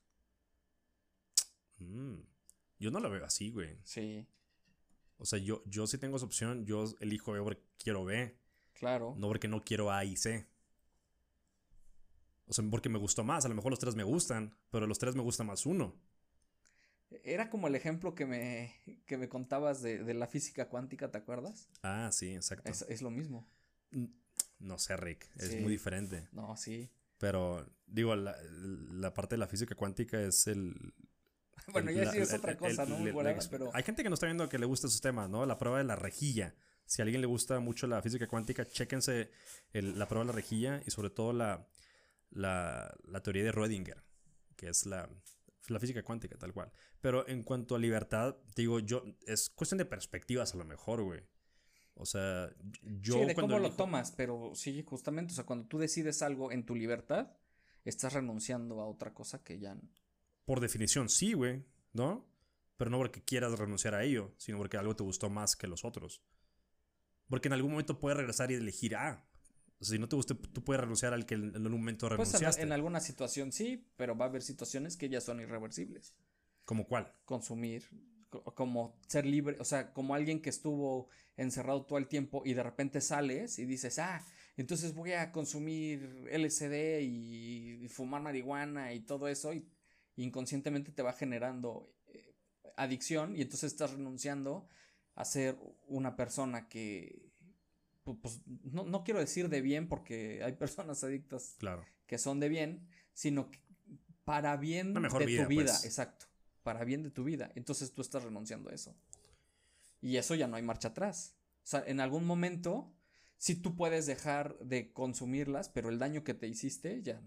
Yo no lo veo así, güey. Sí. O sea, yo sí tengo esa opción. Yo elijo B porque quiero B. Claro. No porque no quiero A y C. O sea, porque me gustó más. A lo mejor los tres me gustan, pero los tres me gusta más uno. Era como el ejemplo que me contabas de la física cuántica, ¿te acuerdas? Ah, sí, exacto. Es lo mismo. No sé, Rick. Es Sí. muy diferente. No, sí. Pero, digo, la parte de la física cuántica es el... Bueno, ya sí es otra cosa, ¿no? Muy buena, pero... Hay gente que no está viendo que le gusta esos temas, ¿no? La prueba de la rejilla. Si a alguien le gusta mucho la física cuántica, chéquense la prueba de la rejilla y sobre todo la teoría de Rödinger, que es la física cuántica, tal cual. Pero en cuanto a libertad, digo, es cuestión de perspectivas a lo mejor, güey. O sea, yo Sí, de cuando cómo lo elijo, tomas, pero sí, justamente, o sea, cuando tú decides algo en tu libertad, estás renunciando a otra cosa que ya... por definición, sí, güey, ¿no? Pero no porque quieras renunciar a ello, sino porque algo te gustó más que los otros. Porque en algún momento puedes regresar y elegir, o sea, si no te gusta, tú puedes renunciar al que en algún momento Pues en renunciaste. alguna situación sí, pero va a haber situaciones que ya son irreversibles. ¿Como cuál? Consumir, como ser libre, o sea, como alguien que estuvo encerrado todo el tiempo y de repente sales y dices, entonces voy a consumir LSD y fumar marihuana y todo eso y inconscientemente te va generando adicción y entonces estás renunciando a ser una persona que, pues no quiero decir de bien porque hay personas adictas Claro. que son de bien, sino que para Una bien mejor de tu vida, vida, pues. exacto, para bien de tu vida. Entonces tú estás renunciando a eso. Y eso ya no hay marcha atrás. O sea, en algún momento sí tú puedes dejar de consumirlas, pero el daño que te hiciste ya...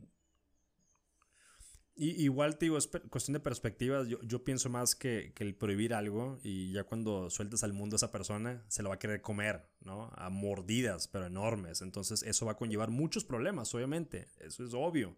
Y igual te digo, es cuestión de perspectivas. Yo pienso más que el prohibir algo y ya cuando sueltas al mundo a esa persona, se lo va a querer comer, ¿no? A mordidas, pero enormes. Entonces eso va a conllevar muchos problemas, obviamente. Eso es obvio.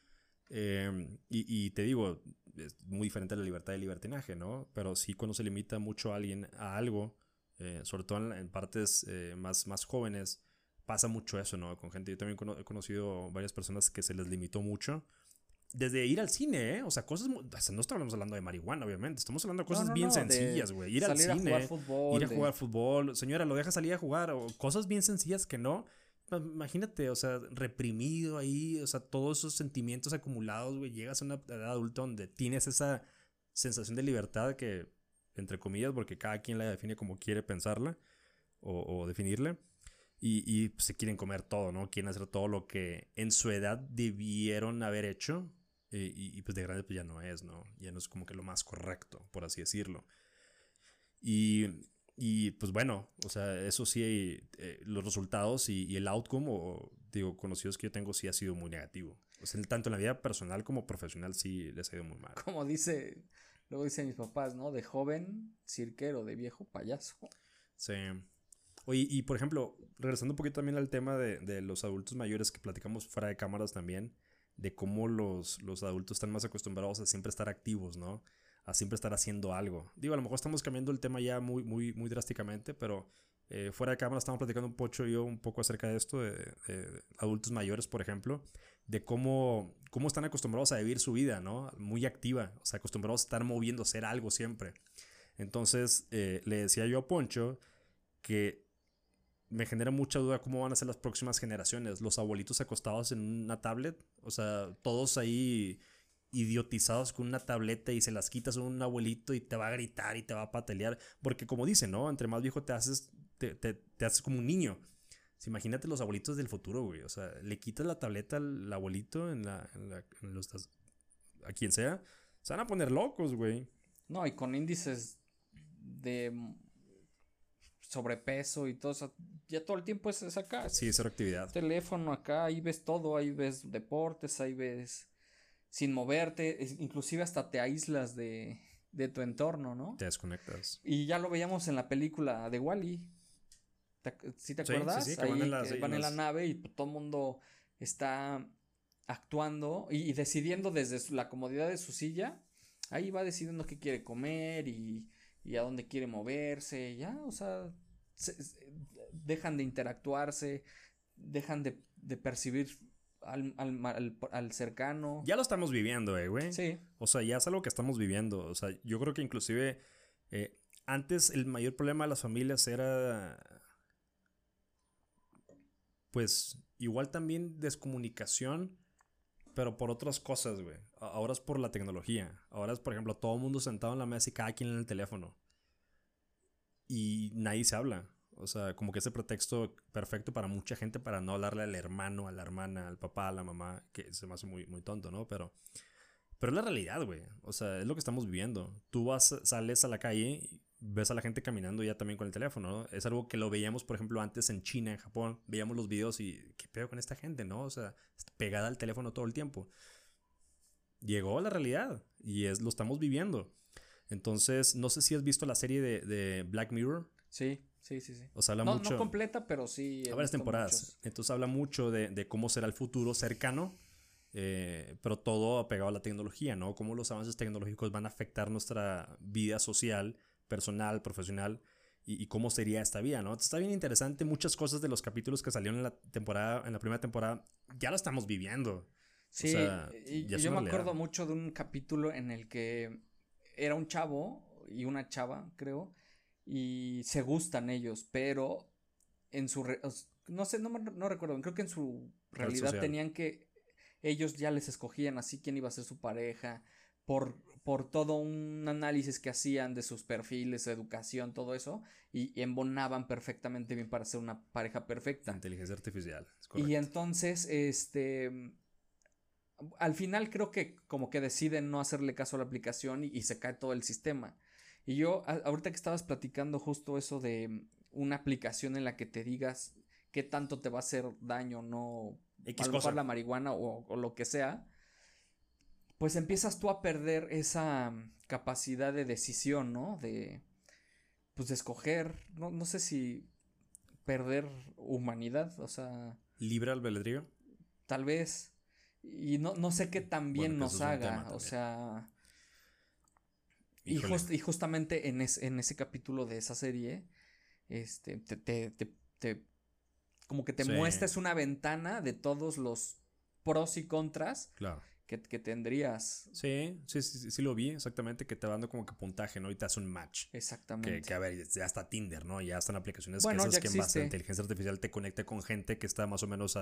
Y te digo, es muy diferente a la libertad de libertinaje, ¿no? Pero sí cuando se limita mucho a alguien a algo, sobre todo en partes más jóvenes, pasa mucho eso, ¿no? Con gente, yo también he conocido varias personas que se les limitó mucho. Desde ir al cine, ¿eh? O sea, cosas... O sea, no estamos hablando de marihuana, obviamente. Estamos hablando de No, cosas no, bien no, de sencillas, güey. Ir al salir a jugar cine, ir a fútbol, jugar de... fútbol. Señora, ¿lo deja salir a jugar? O cosas bien sencillas que no. Imagínate, o sea, reprimido ahí, o sea, todos esos sentimientos acumulados, güey. Llegas a una edad adulta donde tienes esa sensación de libertad que, entre comillas, porque cada quien la define como quiere pensarla o definirla. Y pues, se quieren comer todo, ¿no? Quieren hacer todo lo que en su edad debieron haber hecho. Pues de grande pues ya no es, ¿no? Ya no es como que lo más correcto, por así decirlo. Y, pues bueno, o sea, eso sí, los resultados y el outcome, o digo, conocidos que yo tengo, sí ha sido muy negativo. O sea, tanto en la vida personal como profesional sí les ha ido muy mal. Como dice, luego dicen mis papás, ¿no? De joven cirquero, de viejo payaso. Sí. Oye, y por ejemplo, regresando un poquito también al tema de los adultos mayores que platicamos fuera de cámaras también, de cómo los adultos están más acostumbrados a siempre estar activos, ¿no? A siempre estar haciendo algo. Digo, a lo mejor estamos cambiando el tema ya muy drásticamente, pero fuera de cámara estamos platicando un poco acerca de esto, de adultos mayores, por ejemplo, de cómo están acostumbrados a vivir su vida, ¿no? Muy activa, o sea, acostumbrados a estar moviendo, a hacer algo siempre. Entonces, le decía yo a Poncho que me genera mucha duda cómo van a ser las próximas generaciones. Los abuelitos acostados en una tablet, o sea, todos ahí idiotizados con una tableta y se las quitas a un abuelito y te va a gritar y te va a patalear. Porque como dicen, ¿no? Entre más viejo te haces, te haces como un niño. Imagínate los abuelitos del futuro, güey. O sea, le quitas la tableta al abuelito a quien sea, se van a poner locos, güey. No, y con índices de sobrepeso y todo eso, ya todo el tiempo es acá, Sí, cero actividad. teléfono acá, ahí ves todo, ahí ves deportes, ahí ves sin moverte, inclusive hasta te aíslas de tu entorno, ¿no? Te desconectas. Y ya lo veíamos en la película de Wall-E. ¿Sí te Sí, acuerdas? que van en Ahí las... que van en la nave y todo el mundo está actuando y decidiendo desde la comodidad de su silla. Ahí va decidiendo qué quiere comer y a dónde quiere moverse. Ya, o sea, dejan de interactuarse, dejan de percibir al cercano. Ya lo estamos viviendo, güey. Sí. O sea, ya es algo que estamos viviendo. O sea, yo creo que inclusive antes el mayor problema de las familias era, pues, igual también descomunicación, pero por otras cosas, güey. Ahora es por la tecnología. Ahora es, por ejemplo, todo el mundo sentado en la mesa y cada quien en el teléfono. Y nadie se habla. O sea, como que ese pretexto perfecto para mucha gente para no hablarle al hermano, a la hermana, al papá, a la mamá, que se me hace muy tonto, ¿no? Pero es la realidad, güey. O sea, es lo que estamos viviendo. Tú sales a la calle y ves a la gente caminando ya también con el teléfono, ¿no? Es algo que lo veíamos, por ejemplo, antes en China, en Japón. Veíamos los videos y ¿qué pedo con esta gente, no? O sea, está pegada al teléfono todo el tiempo. Llegó la realidad y lo estamos viviendo. Entonces, no sé si has visto la serie de Black Mirror. Sí. Sí, sí, sí. O sea, habla No, mucho. no completa, pero sí. A varias temporadas. Entonces habla mucho de cómo será el futuro cercano, pero todo apegado a la tecnología, ¿no? Cómo los avances tecnológicos van a afectar nuestra vida social, personal, profesional, y cómo sería esta vida, ¿no? Está bien interesante. Muchas cosas de los capítulos que salieron en la primera temporada, ya lo estamos viviendo. Sí, O sea, y ya es yo una me acuerdo realidad. mucho de un capítulo en el que era un chavo y una chava, creo, y se gustan ellos, pero en su, no sé, no recuerdo, creo que en su Red realidad social. tenían que, ellos ya les escogían así quién iba a ser su pareja, por todo un análisis que hacían de sus perfiles, educación, todo eso, y embonaban perfectamente bien para ser una pareja perfecta. Inteligencia artificial, es Y correcto. entonces, al final creo que como que deciden no hacerle caso a la aplicación y se cae todo el sistema. Y yo, ahorita que estabas platicando justo eso de una aplicación en la que te digas qué tanto te va a hacer daño o no, a X lo mejor cosa. la marihuana o lo que sea, pues empiezas tú a perder esa capacidad de decisión, ¿no? Pues de escoger, no sé si perder humanidad, o sea, Libre albedrío. tal vez, y no sé qué tan Bueno, bien que eso nos es un tema haga, o también. sea, Híjole. y justamente en ese capítulo de esa serie, te como que te Sí, muestras una ventana de todos los pros y contras claro. que tendrías. Sí lo vi exactamente, que te va dando como que puntaje, ¿no? Y te hace un match. Que Exactamente. a ver, ya está Tinder, ¿no? Ya están aplicaciones que Bueno, esas ya que en base a existe. inteligencia artificial te conecta con gente que está más o menos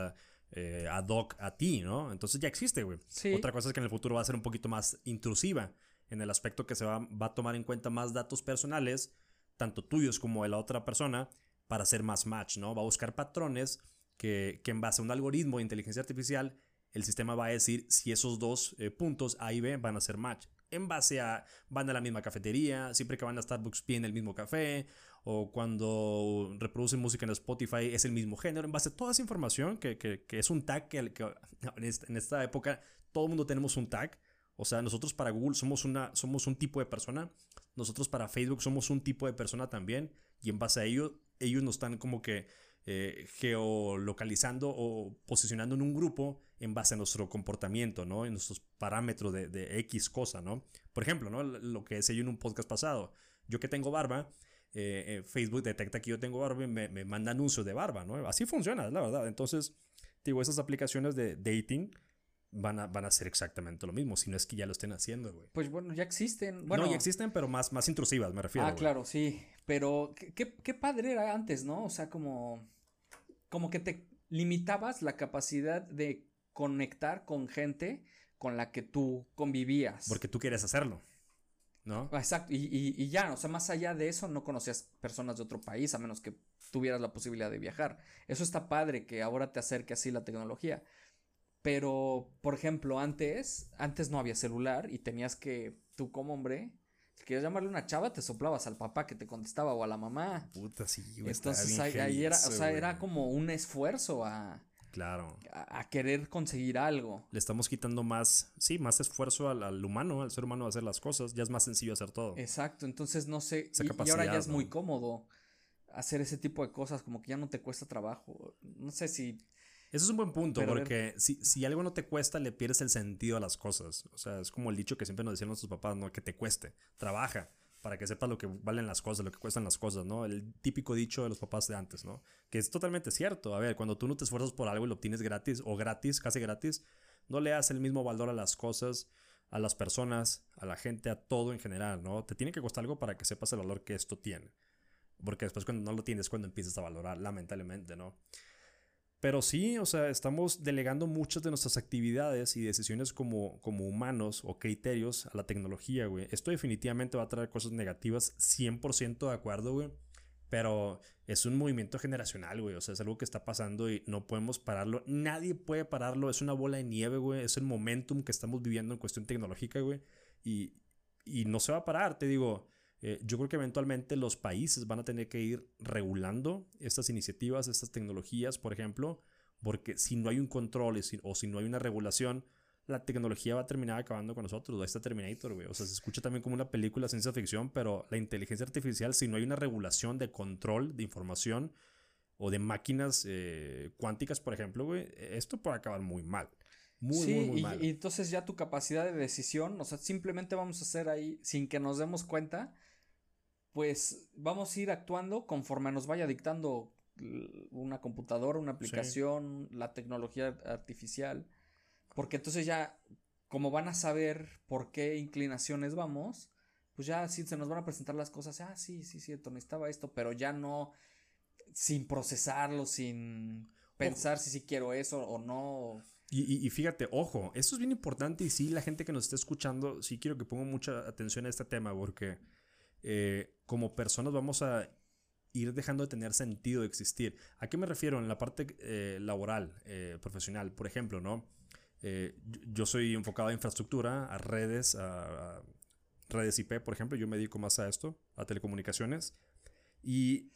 ad hoc a ti, ¿no? Entonces ya existe, güey. Otra Sí, cosa es que en el futuro va a ser un poquito más intrusiva, en el aspecto que va a tomar en cuenta más datos personales, tanto tuyos como de la otra persona, para hacer más match, ¿no? Va a buscar patrones que en base a un algoritmo de inteligencia artificial el sistema va a decir si esos dos puntos A y B van a ser match. En base a van a la misma cafetería, siempre que van a Starbucks piden el mismo café, o cuando reproducen música en Spotify es el mismo género. En base a toda esa información, que es un tag que en esta época todo el mundo tenemos un tag. O sea, nosotros para Google somos un tipo de persona, nosotros para Facebook somos un tipo de persona también, y en base a ellos nos están como que geolocalizando o posicionando en un grupo en base a nuestro comportamiento, ¿no? En nuestros parámetros de X cosa, ¿no? Por ejemplo, ¿no? Lo que decía yo en un podcast pasado. Yo que tengo barba, Facebook detecta que yo tengo barba y me manda anuncios de barba, ¿no? Así funciona, es la verdad. Entonces, digo, esas aplicaciones de dating van a ser exactamente lo mismo, si no es que ya lo estén haciendo, güey. pues bueno, ya existen. No, ya Bueno, existen, pero más intrusivas, me refiero, güey. claro, sí. Pero qué padre era antes, ¿no? O sea, como que te limitabas la capacidad de conectar con gente con la que tú convivías. Porque tú quieres hacerlo, ¿no? Exacto, y ya, o sea, más allá de eso, no conocías personas de otro país a menos que tuvieras la posibilidad de viajar. Eso está padre que ahora te acerque así la tecnología. Pero, por ejemplo, antes no había celular y tenías que, tú como hombre, si querías llamarle a una chava, te soplabas al papá que te contestaba o a la mamá. Puta, sí, güey, estaba Entonces bien ahí heavy era, o eso, sea, güey. era como un esfuerzo Claro. a querer conseguir algo. Le estamos quitando más, sí, más esfuerzo al humano, al ser humano a hacer las cosas. Ya es más sencillo hacer todo. Exacto, entonces no sé, Esa y ahora ya capacidad, es muy ¿no? cómodo hacer ese tipo de cosas, como que ya no te cuesta trabajo. No sé si Eso es un buen punto, perder. porque si algo no te cuesta, le pierdes el sentido a las cosas. O sea, es como el dicho que siempre nos decían nuestros papás, ¿no? Que te cueste. Trabaja para que sepas lo que valen las cosas, lo que cuestan las cosas, ¿no? El típico dicho de los papás de antes, ¿no? Que es totalmente cierto. A ver, cuando tú no te esfuerzas por algo y lo obtienes gratis o gratis, casi gratis, no le das el mismo valor a las cosas, a las personas, a la gente, a todo en general, ¿no? Te tiene que costar algo para que sepas el valor que esto tiene. Porque después cuando no lo tienes, cuando empiezas a valorar, lamentablemente, ¿no? Pero sí, o sea, estamos delegando muchas de nuestras actividades y decisiones como humanos o criterios a la tecnología, güey. Esto definitivamente va a traer cosas negativas, 100% de acuerdo, güey. Pero es un movimiento generacional, güey. O sea, es algo que está pasando y no podemos pararlo. Nadie puede pararlo. Es una bola de nieve, güey. Es el momentum que estamos viviendo en cuestión tecnológica, güey. Y, y no se va a parar, te digo. Yo creo que eventualmente los países van a tener que ir regulando estas iniciativas, estas tecnologías, por ejemplo, porque si no hay un control o si no hay una regulación, la tecnología va a terminar acabando con nosotros. Ahí está Terminator, güey. O sea, se escucha también como una película de ciencia ficción, pero la inteligencia artificial, si no hay una regulación de control de información o de máquinas cuánticas, por ejemplo, güey, esto puede acabar muy mal. Muy mal. Y entonces ya tu capacidad de decisión, o sea, simplemente vamos a hacer ahí, sin que nos demos cuenta, pues vamos a ir actuando conforme nos vaya dictando una computadora, una aplicación, la tecnología artificial, porque entonces ya, como van a saber por qué inclinaciones vamos, pues ya sí se nos van a presentar las cosas, sí, cierto, necesitaba esto, pero ya no sin procesarlo, sin pensar si sí quiero eso o no. Y fíjate, ojo, esto es bien importante y sí, la gente que nos está escuchando, sí quiero que ponga mucha atención a este tema porque como personas vamos a ir dejando de tener sentido de existir. ¿A qué me refiero? En la parte laboral, profesional, por ejemplo, ¿no? Yo soy enfocado a infraestructura, a redes IP, por ejemplo. Yo me dedico más a esto, a telecomunicaciones. Y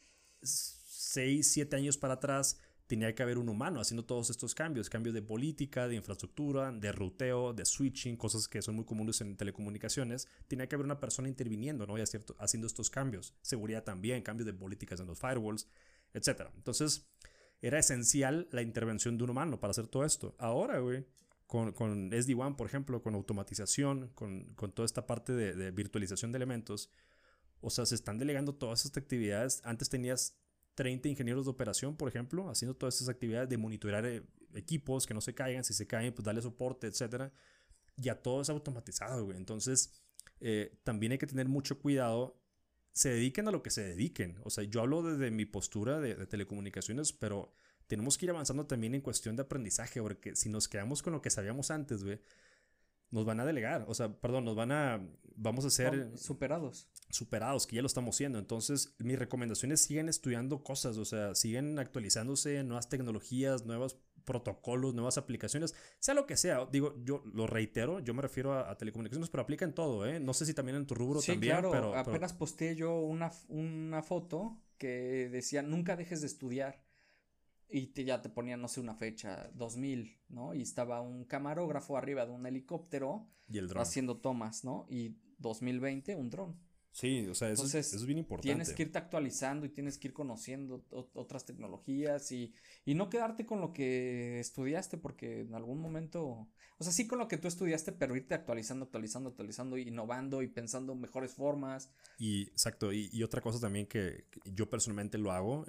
6, 7 años para atrás tenía que haber un humano haciendo todos estos cambios de política, de infraestructura, de ruteo, de switching, cosas que son muy comunes en telecomunicaciones. Tenía que haber una persona interviniendo, ¿no? Y haciendo estos cambios. Seguridad también, cambios de políticas en los firewalls, etc. Entonces, era esencial la intervención de un humano para hacer todo esto. Ahora, güey, con SD-WAN, por ejemplo, con automatización, con toda esta parte de virtualización de elementos, o sea, se están delegando todas estas actividades. Antes tenías 30 ingenieros de operación, por ejemplo, haciendo todas estas actividades de monitorear equipos, que no se caigan, si se caen, pues darle soporte, etcétera. Ya todo es automatizado, güey. Entonces, también hay que tener mucho cuidado. Se dediquen a lo que se dediquen. O sea, yo hablo desde mi postura de telecomunicaciones, pero tenemos que ir avanzando también en cuestión de aprendizaje, porque si nos quedamos con lo que sabíamos antes, güey, nos van a delegar, o sea, perdón, vamos a ser superados, que ya lo estamos siendo. Entonces, mis recomendaciones siguen estudiando cosas, o sea, siguen actualizándose, nuevas tecnologías, nuevos protocolos, nuevas aplicaciones, sea lo que sea. Digo, yo lo reitero, yo me refiero a telecomunicaciones, pero aplica en todo, ¿eh? No sé si también en tu rubro también, claro, pero apenas posteé yo una foto que decía, nunca dejes de estudiar. Y ya te ponían, no sé, una fecha, 2000, ¿no? Y estaba un camarógrafo arriba de un helicóptero y el dron haciendo tomas, ¿no? Y 2020, un dron. Sí, o sea, eso es bien importante. Tienes que irte actualizando y tienes que ir conociendo otras tecnologías y no quedarte con lo que estudiaste, porque en algún momento, o sea, sí con lo que tú estudiaste, pero irte actualizando, innovando y pensando mejores formas. Y exacto, y otra cosa también que yo personalmente lo hago,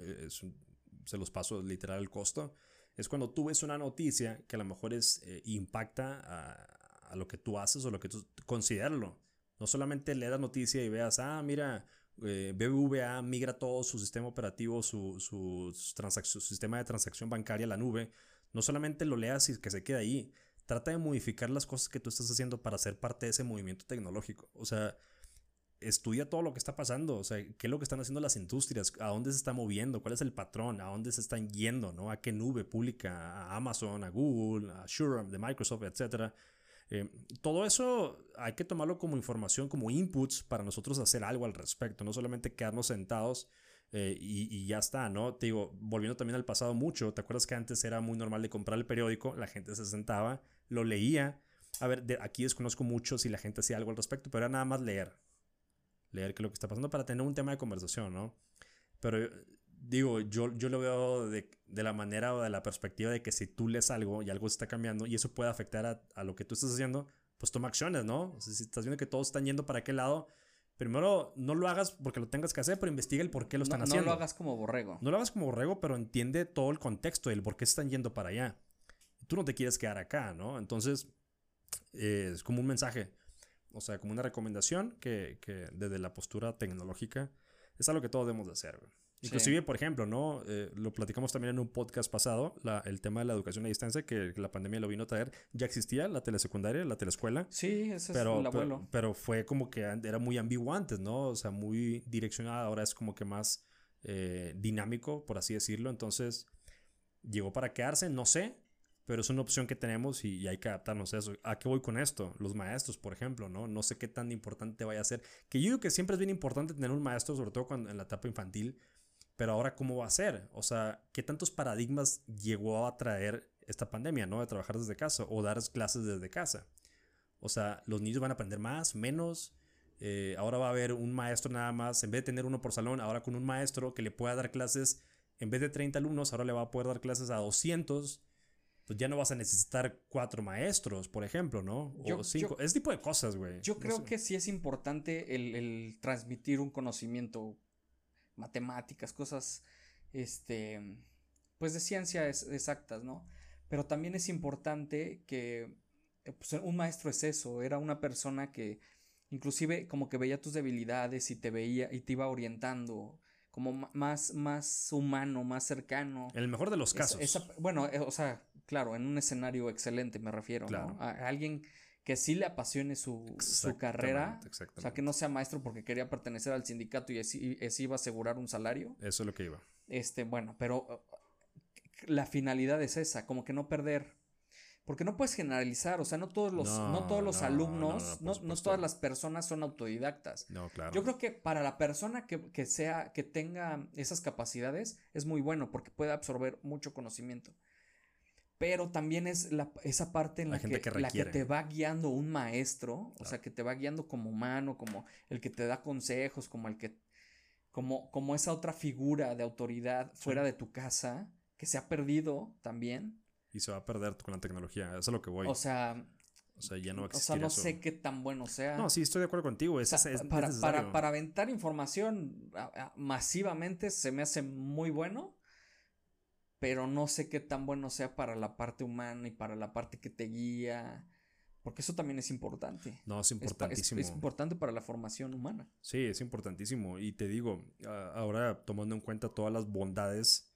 se los paso literal el costo, es cuando tú ves una noticia que a lo mejor impacta a lo que tú haces o lo que tú considerarlo. No solamente leas la noticia y veas, mira, BBVA migra todo su sistema operativo, su sistema de transacción bancaria a la nube. No solamente lo leas y que se quede ahí. Trata de modificar las cosas que tú estás haciendo para ser parte de ese movimiento tecnológico. O sea, estudia todo lo que está pasando, o sea, qué es lo que están haciendo las industrias, a dónde se está moviendo, cuál es el patrón, a dónde se están yendo, ¿no? A qué nube pública, a Amazon, a Google, a Azure, de Microsoft, etcétera. Todo eso hay que tomarlo como información, como inputs para nosotros hacer algo al respecto, no solamente quedarnos sentados y ya está, ¿no? Te digo, volviendo también al pasado mucho, ¿te acuerdas que antes era muy normal de comprar el periódico? La gente se sentaba, lo leía. A ver, aquí desconozco mucho si la gente hacía algo al respecto, pero era nada más leer qué es lo que está pasando para tener un tema de conversación, ¿no? Pero digo, yo lo veo de la manera o de la perspectiva de que si tú lees algo y algo se está cambiando y eso puede afectar a lo que tú estás haciendo, pues toma acciones, ¿no? O sea, si estás viendo que todos están yendo para aquel lado, primero no lo hagas porque lo tengas que hacer, pero investiga el por qué lo están haciendo. No lo hagas como borrego. No lo hagas como borrego, pero entiende todo el contexto del por qué están yendo para allá. Tú no te quieres quedar acá, ¿no? Entonces, es como un mensaje. O sea, como una recomendación que desde la postura tecnológica es algo que todos debemos de hacer. Inclusive, por ejemplo, ¿no? Lo platicamos también en un podcast pasado, el tema de la educación a distancia, que la pandemia lo vino a traer. Ya existía la telesecundaria, la telescuela. Sí, ese es el abuelo. Pero fue como que era muy ambiguo antes, ¿no? O sea, muy direccionada. Ahora es como que más dinámico, por así decirlo. Entonces, llegó para quedarse, no sé. Pero es una opción que tenemos y hay que adaptarnos a eso. ¿A qué voy con esto? Los maestros, por ejemplo, ¿no? No sé qué tan importante vaya a ser. Que yo digo que siempre es bien importante tener un maestro, sobre todo en la etapa infantil. Pero ahora, ¿cómo va a ser? O sea, ¿qué tantos paradigmas llegó a traer esta pandemia, ¿no? De trabajar desde casa o dar clases desde casa. O sea, los niños van a aprender más, menos. Ahora va a haber un maestro nada más. En vez de tener uno por salón, ahora con un maestro que le pueda dar clases, en vez de 30 alumnos, ahora le va a poder dar clases a 200. Pues ya no vas a necesitar 4 maestros, por ejemplo, ¿no? O 5. Ese tipo de cosas, güey. Yo creo que sí es importante el transmitir un conocimiento, matemáticas, cosas, pues de ciencias exactas, ¿no? Pero también es importante que pues un maestro es eso, era una persona que inclusive como que veía tus debilidades y te veía y te iba orientando como más humano, más cercano. En el mejor de los casos. Bueno, o sea, claro, en un escenario excelente me refiero, claro. ¿no? A alguien que sí le apasione su carrera, o sea, que no sea maestro porque quería pertenecer al sindicato y así iba a asegurar un salario. Eso es lo que iba. Bueno, pero la finalidad es esa, como que no perder. Porque no puedes generalizar, o sea, no todos los alumnos, no todas las personas son autodidactas. No, claro. Yo creo que para la persona que tenga esas capacidades es muy bueno porque puede absorber mucho conocimiento. Pero también es esa parte en la que te va guiando un maestro, claro. O sea, que te va guiando como humano, como el que te da consejos, como el que, como esa otra figura de autoridad fuera de tu casa, que se ha perdido también. Y se va a perder con la tecnología, eso es lo que voy. O sea, ya no va a existir. O sea, no sé qué tan bueno sea. No, sí, estoy de acuerdo contigo. Para aventar información masivamente se me hace muy bueno, pero no sé qué tan bueno sea para la parte humana y para la parte que te guía, porque eso también es importante. No, es importantísimo. Es importante para la formación humana. Sí, es importantísimo. Y te digo, ahora tomando en cuenta todas las bondades,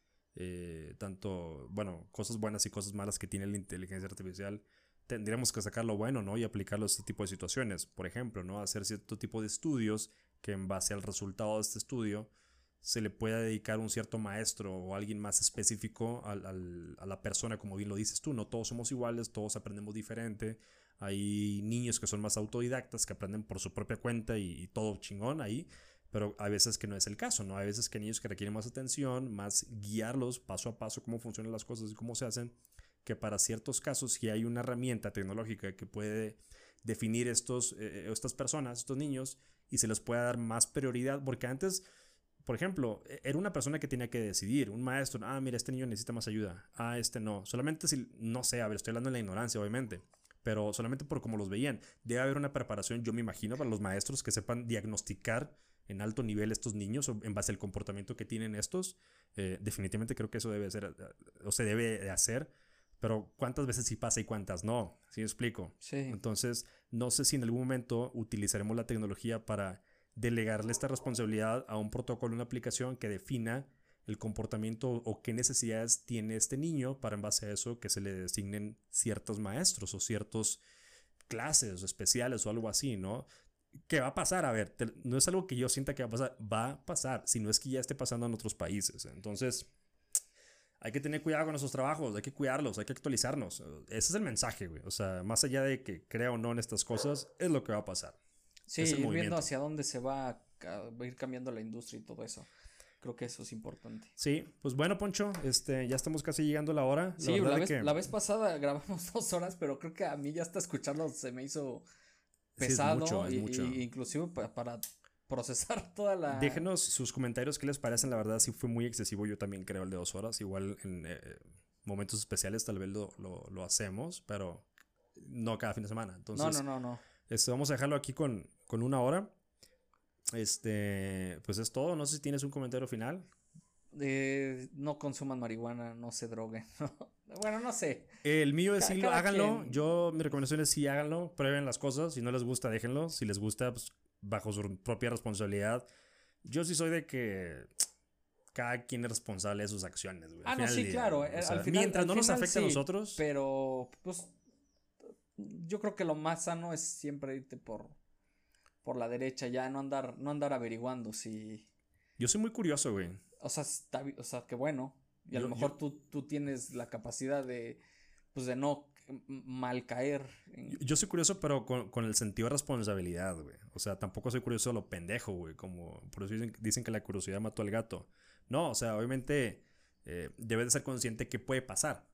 tanto, bueno, cosas buenas y cosas malas que tiene la inteligencia artificial, tendríamos que sacar lo bueno, ¿no? Y aplicarlo a este tipo de situaciones. Por ejemplo, ¿no? Hacer cierto tipo de estudios que en base al resultado de este estudio se le pueda dedicar un cierto maestro o alguien más específico a la persona, como bien lo dices tú, no todos somos iguales, todos aprendemos diferente. Hay niños que son más autodidactas, que aprenden por su propia cuenta y todo chingón ahí. Pero hay veces que no es el caso, ¿no? Hay veces que hay niños que requieren más atención, más guiarlos paso a paso cómo funcionan las cosas y cómo se hacen, que para ciertos casos si hay una herramienta tecnológica que puede definir estas personas, estos niños, y se les puede dar más prioridad, porque antes, por ejemplo, era una persona que tenía que decidir, un maestro, mira, este niño necesita más ayuda, este no, solamente si, no sé, a ver, estoy hablando de la ignorancia, obviamente, pero solamente por cómo los veían, debe haber una preparación, yo me imagino, para los maestros que sepan diagnosticar en alto nivel estos niños en base al comportamiento que tienen estos. Definitivamente creo que eso debe ser o se debe de hacer, pero cuántas veces sí pasa y cuántas no, ¿sí me explico? Sí. Entonces no sé si en algún momento utilizaremos la tecnología para delegarle esta responsabilidad a un protocolo, una aplicación que defina el comportamiento o qué necesidades tiene este niño para en base a eso que se le designen ciertos maestros o ciertos clases especiales o algo así, ¿no? ¿Qué va a pasar? A ver, no es algo que yo sienta que va a pasar, si no es que ya esté pasando en otros países. Entonces, hay que tener cuidado con nuestros trabajos, hay que cuidarlos, hay que actualizarnos. Ese es el mensaje, güey. O sea, más allá de que crea o no en estas cosas, es lo que va a pasar. Sí, ir viendo hacia dónde se va a ir cambiando la industria y todo eso. Creo que eso es importante. Sí, pues bueno, Poncho, ya estamos casi llegando a la hora. Sí, la vez pasada grabamos 2 horas, pero creo que a mí ya hasta escucharlo se me hizo pesado, sí, es mucho. Y inclusive para procesar toda la... Déjenos sus comentarios, qué les parecen. La verdad sí fue muy excesivo, yo también creo el de 2 horas. Igual en momentos especiales tal vez lo hacemos, pero no cada fin de semana. Entonces, no. Vamos a dejarlo aquí con 1 hora. Pues es todo. No sé si tienes un comentario final. No consuman marihuana, no se droguen. Bueno, no sé. El mío es sí, háganlo. Mi recomendación es sí, háganlo. Prueben las cosas. Si no les gusta, déjenlo. Si les gusta, pues bajo su propia responsabilidad. Yo sí soy de que cada quien es responsable de sus acciones, güey. No, sí, claro. Al final, mientras no nos afecte a nosotros. Pero, pues, yo creo que lo más sano es siempre irte por la derecha, ya no andar averiguando si... Yo soy muy curioso, güey. O sea, que bueno. Y a lo mejor tú tienes la capacidad de no mal caer. Yo soy curioso, pero con el sentido de responsabilidad, güey. O sea, tampoco soy curioso a lo pendejo, güey. Como por eso dicen que la curiosidad mató al gato. No, o sea, obviamente debes de ser consciente que puede pasar.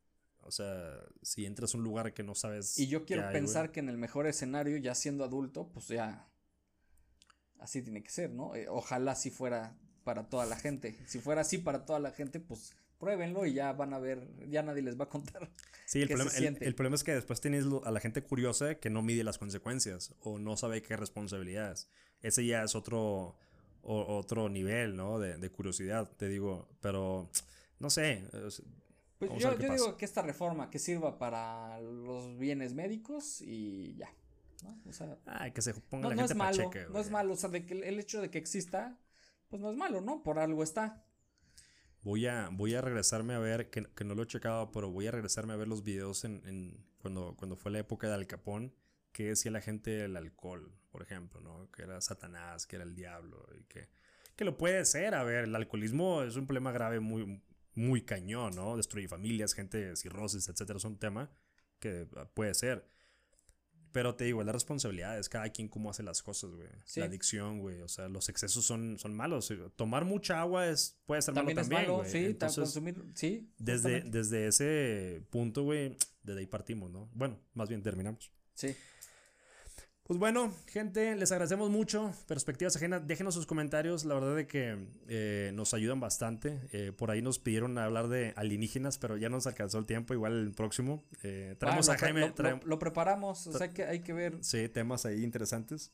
O sea, si entras a un lugar que no sabes. Y yo quiero qué hay, pensar güey. que en el mejor escenario, ya siendo adulto, pues ya así tiene que ser, ¿no? Ojalá así fuera para toda la gente. Si fuera así para toda la gente, pues pruébenlo y ya van a ver, ya nadie les va a contar Sí, qué se siente. el problema es que después tienes a la gente curiosa que no mide las consecuencias o no sabe qué responsabilidades. Ese ya es otro nivel, ¿no? De curiosidad, te digo. Pero, no sé. Pues Vamos a ver qué yo pasa. digo que esta reforma que sirva para los bienes médicos y ya, ¿no? O sea, Ay, que se ponga no, la no es gente malo, pacheca, no es güey. malo, o sea, de que el hecho de que exista, pues no es malo, ¿no? Por algo está. Voy a regresarme a ver, que no lo he checado, pero voy a regresarme a ver los videos cuando fue la época de Al Capón, que decía la gente del alcohol, por ejemplo, ¿no? Que era Satanás, que era el diablo, y que lo puede ser. A ver, el alcoholismo es un problema grave muy, muy cañón, ¿no? Destruye familias, gente, cirrosis, etcétera, es un tema que puede ser. Pero te digo, es la responsabilidad, es cada quien cómo hace las cosas, güey. Sí. La adicción, güey. O sea, los excesos son malos. Tomar mucha agua puede ser malo También es también, malo, güey. sí, Entonces, consumir, sí, desde, justamente. desde ese punto, güey, desde ahí partimos, ¿no? Bueno, más bien terminamos. Sí. Pues bueno, gente, les agradecemos mucho. Perspectivas ajenas, déjenos sus comentarios. La verdad de que nos ayudan bastante. Por ahí nos pidieron hablar de alienígenas, pero ya nos alcanzó el tiempo. Igual el próximo. Traemos a Jaime. Lo preparamos, o sea que hay que ver. Sí, temas ahí interesantes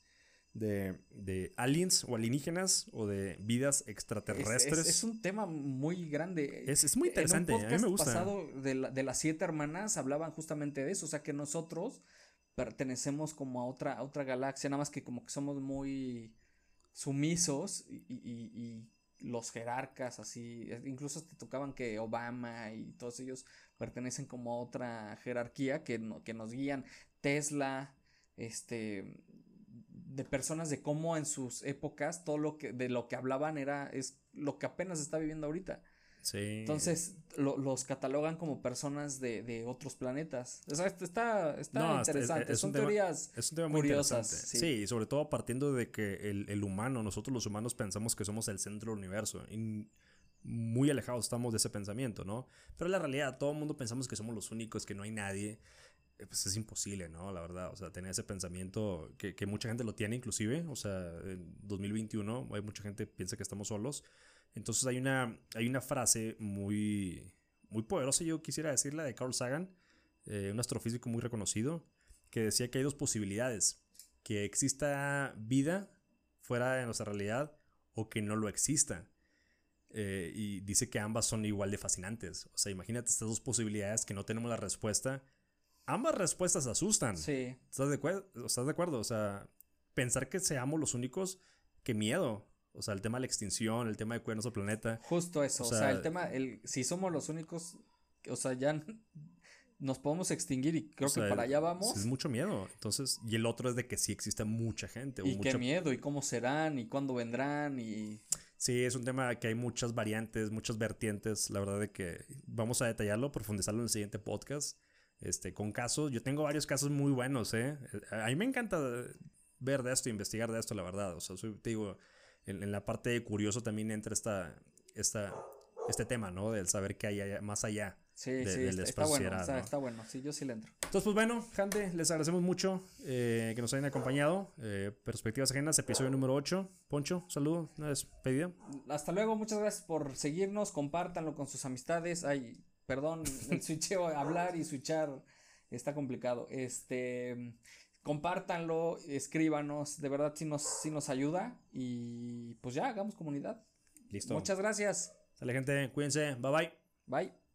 de aliens o alienígenas o de vidas extraterrestres. Es un tema muy grande. Es muy interesante, En un a mí me podcast gusta. pasado de las 7 hermanas hablaban justamente de eso, o sea que nosotros pertenecemos como a otra galaxia, nada más que como que somos muy sumisos y los jerarcas así, incluso te tocaban que Obama y todos ellos pertenecen como a otra jerarquía que nos guían. Tesla, de personas de cómo en sus épocas de lo que hablaban es lo que apenas se está viviendo ahorita. Sí. Entonces los catalogan como personas de otros planetas. O sea, está No, interesante. Son teorías es un tema muy curiosas. interesante. Sí. Sí, sobre todo partiendo de que el humano, nosotros los humanos pensamos que somos el centro del universo. Y muy alejados estamos de ese pensamiento, ¿no? Pero la realidad, todo el mundo pensamos que somos los únicos, que no hay nadie. Pues es imposible, ¿no? La verdad, o sea, tener ese pensamiento que mucha gente lo tiene inclusive, o sea, en 2021 hay mucha gente que piensa que estamos solos. Entonces hay una frase muy, muy poderosa, yo quisiera decirla, de Carl Sagan, un astrofísico muy reconocido, que decía que hay dos posibilidades: que exista vida fuera de nuestra realidad o que no lo exista. Y dice que ambas son igual de fascinantes. O sea, imagínate estas dos posibilidades que no tenemos la respuesta. Ambas respuestas asustan. Sí. ¿Estás de acuerdo? O sea, pensar que seamos los únicos, qué miedo. O sea, el tema de la extinción, el tema de cuidar nuestro planeta. Justo eso. O sea, el tema, si somos los únicos, o sea, ya nos podemos extinguir y creo que para allá vamos. Es mucho miedo. Entonces, y el otro es de que sí existe mucha gente. Y qué miedo, y cómo serán, y cuándo vendrán, y... Sí, es un tema que hay muchas variantes, muchas vertientes. La verdad de que vamos a detallarlo, profundizarlo en el siguiente podcast. Con casos, yo tengo varios casos muy buenos, ¿eh? A mí me encanta ver de esto, investigar de esto, la verdad. O sea, te digo, en la parte de curioso también entra este tema, ¿no? Del saber qué hay más allá. Sí, del está bueno, sideral, ¿no? está bueno, sí, yo sí le entro. Entonces, pues bueno, gente, les agradecemos mucho que nos hayan acompañado. Perspectivas Ajenas, episodio número 8. Poncho, saludo, una despedida. Hasta luego, muchas gracias por seguirnos, compártanlo con sus amistades. Ay, perdón, el switcheo, hablar y switchar está complicado. Compártanlo, escríbanos, de verdad sí nos ayuda y pues ya, hagamos comunidad. Listo. Muchas gracias. Sale, gente, cuídense, bye bye. Bye.